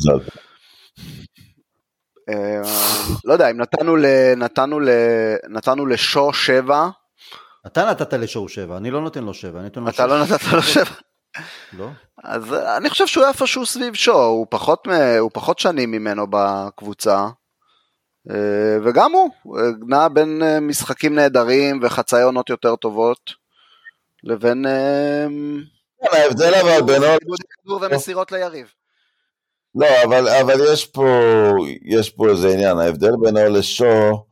לא יודע, אם נתנו לשו 7. אתה נתת לשו 7, אני לא נותן לו 7. אתה לא נתת לו 7? לא. אז אני חושב שהוא איפשהו סביב שו, הוא פחות שנים ממנו בקבוצה, וגם הוא נע בין משחקים נהדרים וחציונות יותר טובות, לבין ההבדל אבל בינו ומסירות ליריב. לא, אבל יש פה איזה עניין, ההבדל בינו לשו,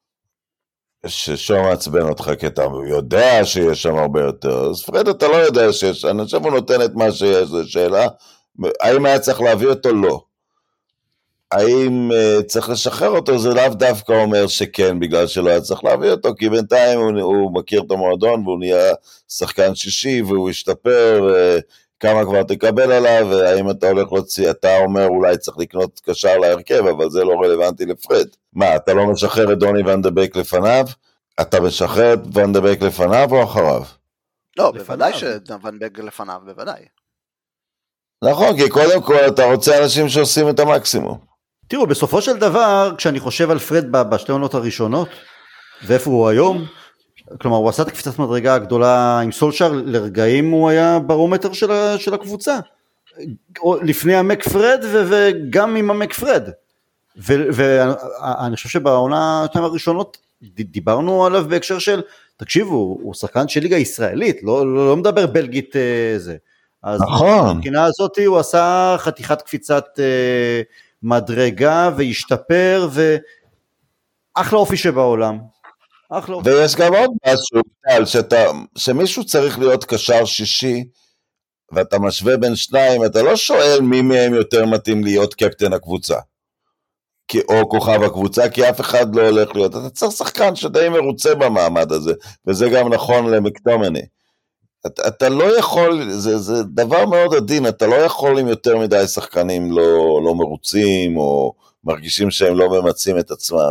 ששו מעצבן אותך, כי אתה יודע שיש שם הרבה יותר, אז פרד אתה לא יודע שיש, אני חושב הוא נותן את מה שיש, זו שאלה, האם היה צריך להביא אותו? לא. האם צריך לשחרר אותו? זה לאו דווקא אומר שכן, בגלל שלא היה צריך להביא אותו, כי בינתיים הוא מכיר את המועדון, והוא נהיה שחקן שישי, והוא ישתפר, כמה כבר תקבל עליו, והאם אתה הולך להוציא, אתה אומר אולי צריך לקנות קשר להרכב, אבל זה לא רלוונטי לפרד. מה, אתה לא משחרר את דוני ון דה בייק לפניו? אתה משחרר את ון דה בייק לפניו או אחריו? לא, בוודאי שוון בייק לפניו, בוודאי. נכון, כי קודם כל אתה רוצה אנשים שעושים את המקסימום. תראו, בסופו של דבר, כשאני חושב על פרד בשתי עונות הראשונות, ואיפה הוא היום, כלומר, הוא עשה את הקפיצת מדרגה הגדולה עם סולשר, לרגעים הוא היה ברומטר של הקבוצה, לפני המק פרד וגם עם המק פרד, ואני חושב שבעונה הראשונות דיברנו עליו בהקשר של, תקשיבו, הוא שחקן של ליגה ישראלית, לא מדבר בלגית זה, אז מבחינה הזאת הוא עשה חתיכת קפיצת מדרגה והשתפר, ואחלה אופי שבעולם. ויש גם עוד משהו, שמישהו צריך להיות קשר שישי, ואתה משווה בין שניים, אתה לא שואל מי מהם יותר מתאים להיות קפטן הקבוצה, או כוכב הקבוצה, כי אף אחד לא הולך להיות, אתה צריך שחקן שדי מרוצה במעמד הזה, וזה גם נכון למקטומני. אתה לא יכול, זה דבר מאוד עדין, אתה לא יכול עם יותר מדי שחקנים לא מרוצים, או מרגישים שהם לא ממצים את עצמם.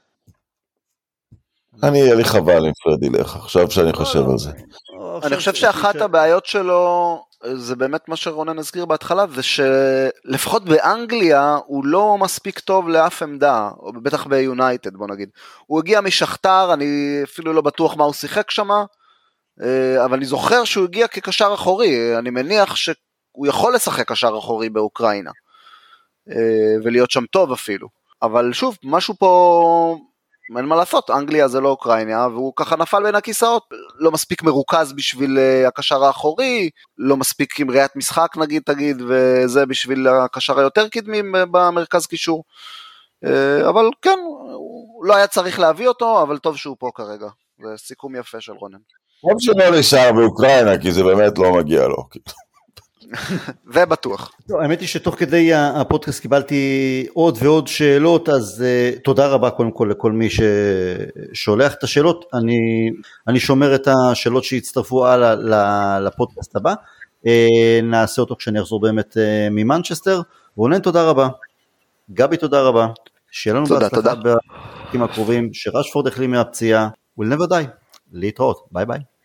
יהיה לי חבל אם פרד ילך, עכשיו שאני חושב על זה. אני חושב שאחת הבעיות שלו, זה באמת מה שרונן הזכיר בהתחלה, זה שלפחות באנגליה, הוא לא מספיק טוב לאף עמדה, או בטח ביונייטד, בוא נגיד. הוא הגיע משכתר, אני אפילו לא בטוח מה הוא שיחק שמה, אבל אני זוכר שהוא הגיע כקשר אחורי, אני מניח שהוא יכול לשחק קשר אחורי באוקראינה, ולהיות שם טוב אפילו. אבל שוב, משהו פה, אין מה לעשות, אנגליה זה לא אוקראינה, והוא ככה נפל בין הכיסאות, לא מספיק מרוכז בשביל הקשר האחורי, לא מספיק עם ראיית משחק תגיד, וזה בשביל הקשר היותר קדמי במרכז קישור. אבל כן, הוא לא היה צריך להביא אותו, אבל טוב שהוא פה כרגע. זה סיכום יפה של רונן. טוב שלא נשאר באוקראינה, כי זה באמת לא מגיע לו. זה בטוח. האמת היא שתוך כדי הפודקאסט קיבלתי עוד ועוד שאלות, אז תודה רבה קודם כל לכל מי ששולח את השאלות, אני שומר את השאלות שהצטרפו הלאה לפודקאסט הבא, נעשה אותו כשאני אחזור באמת ממנצ'סטר. רונן תודה רבה, גבי תודה רבה, שיהיה לנו בהצלחה בפרקים הקרובים, שרשפורד החלים מהפציעה, we'll never die, להתראות, ביי ביי.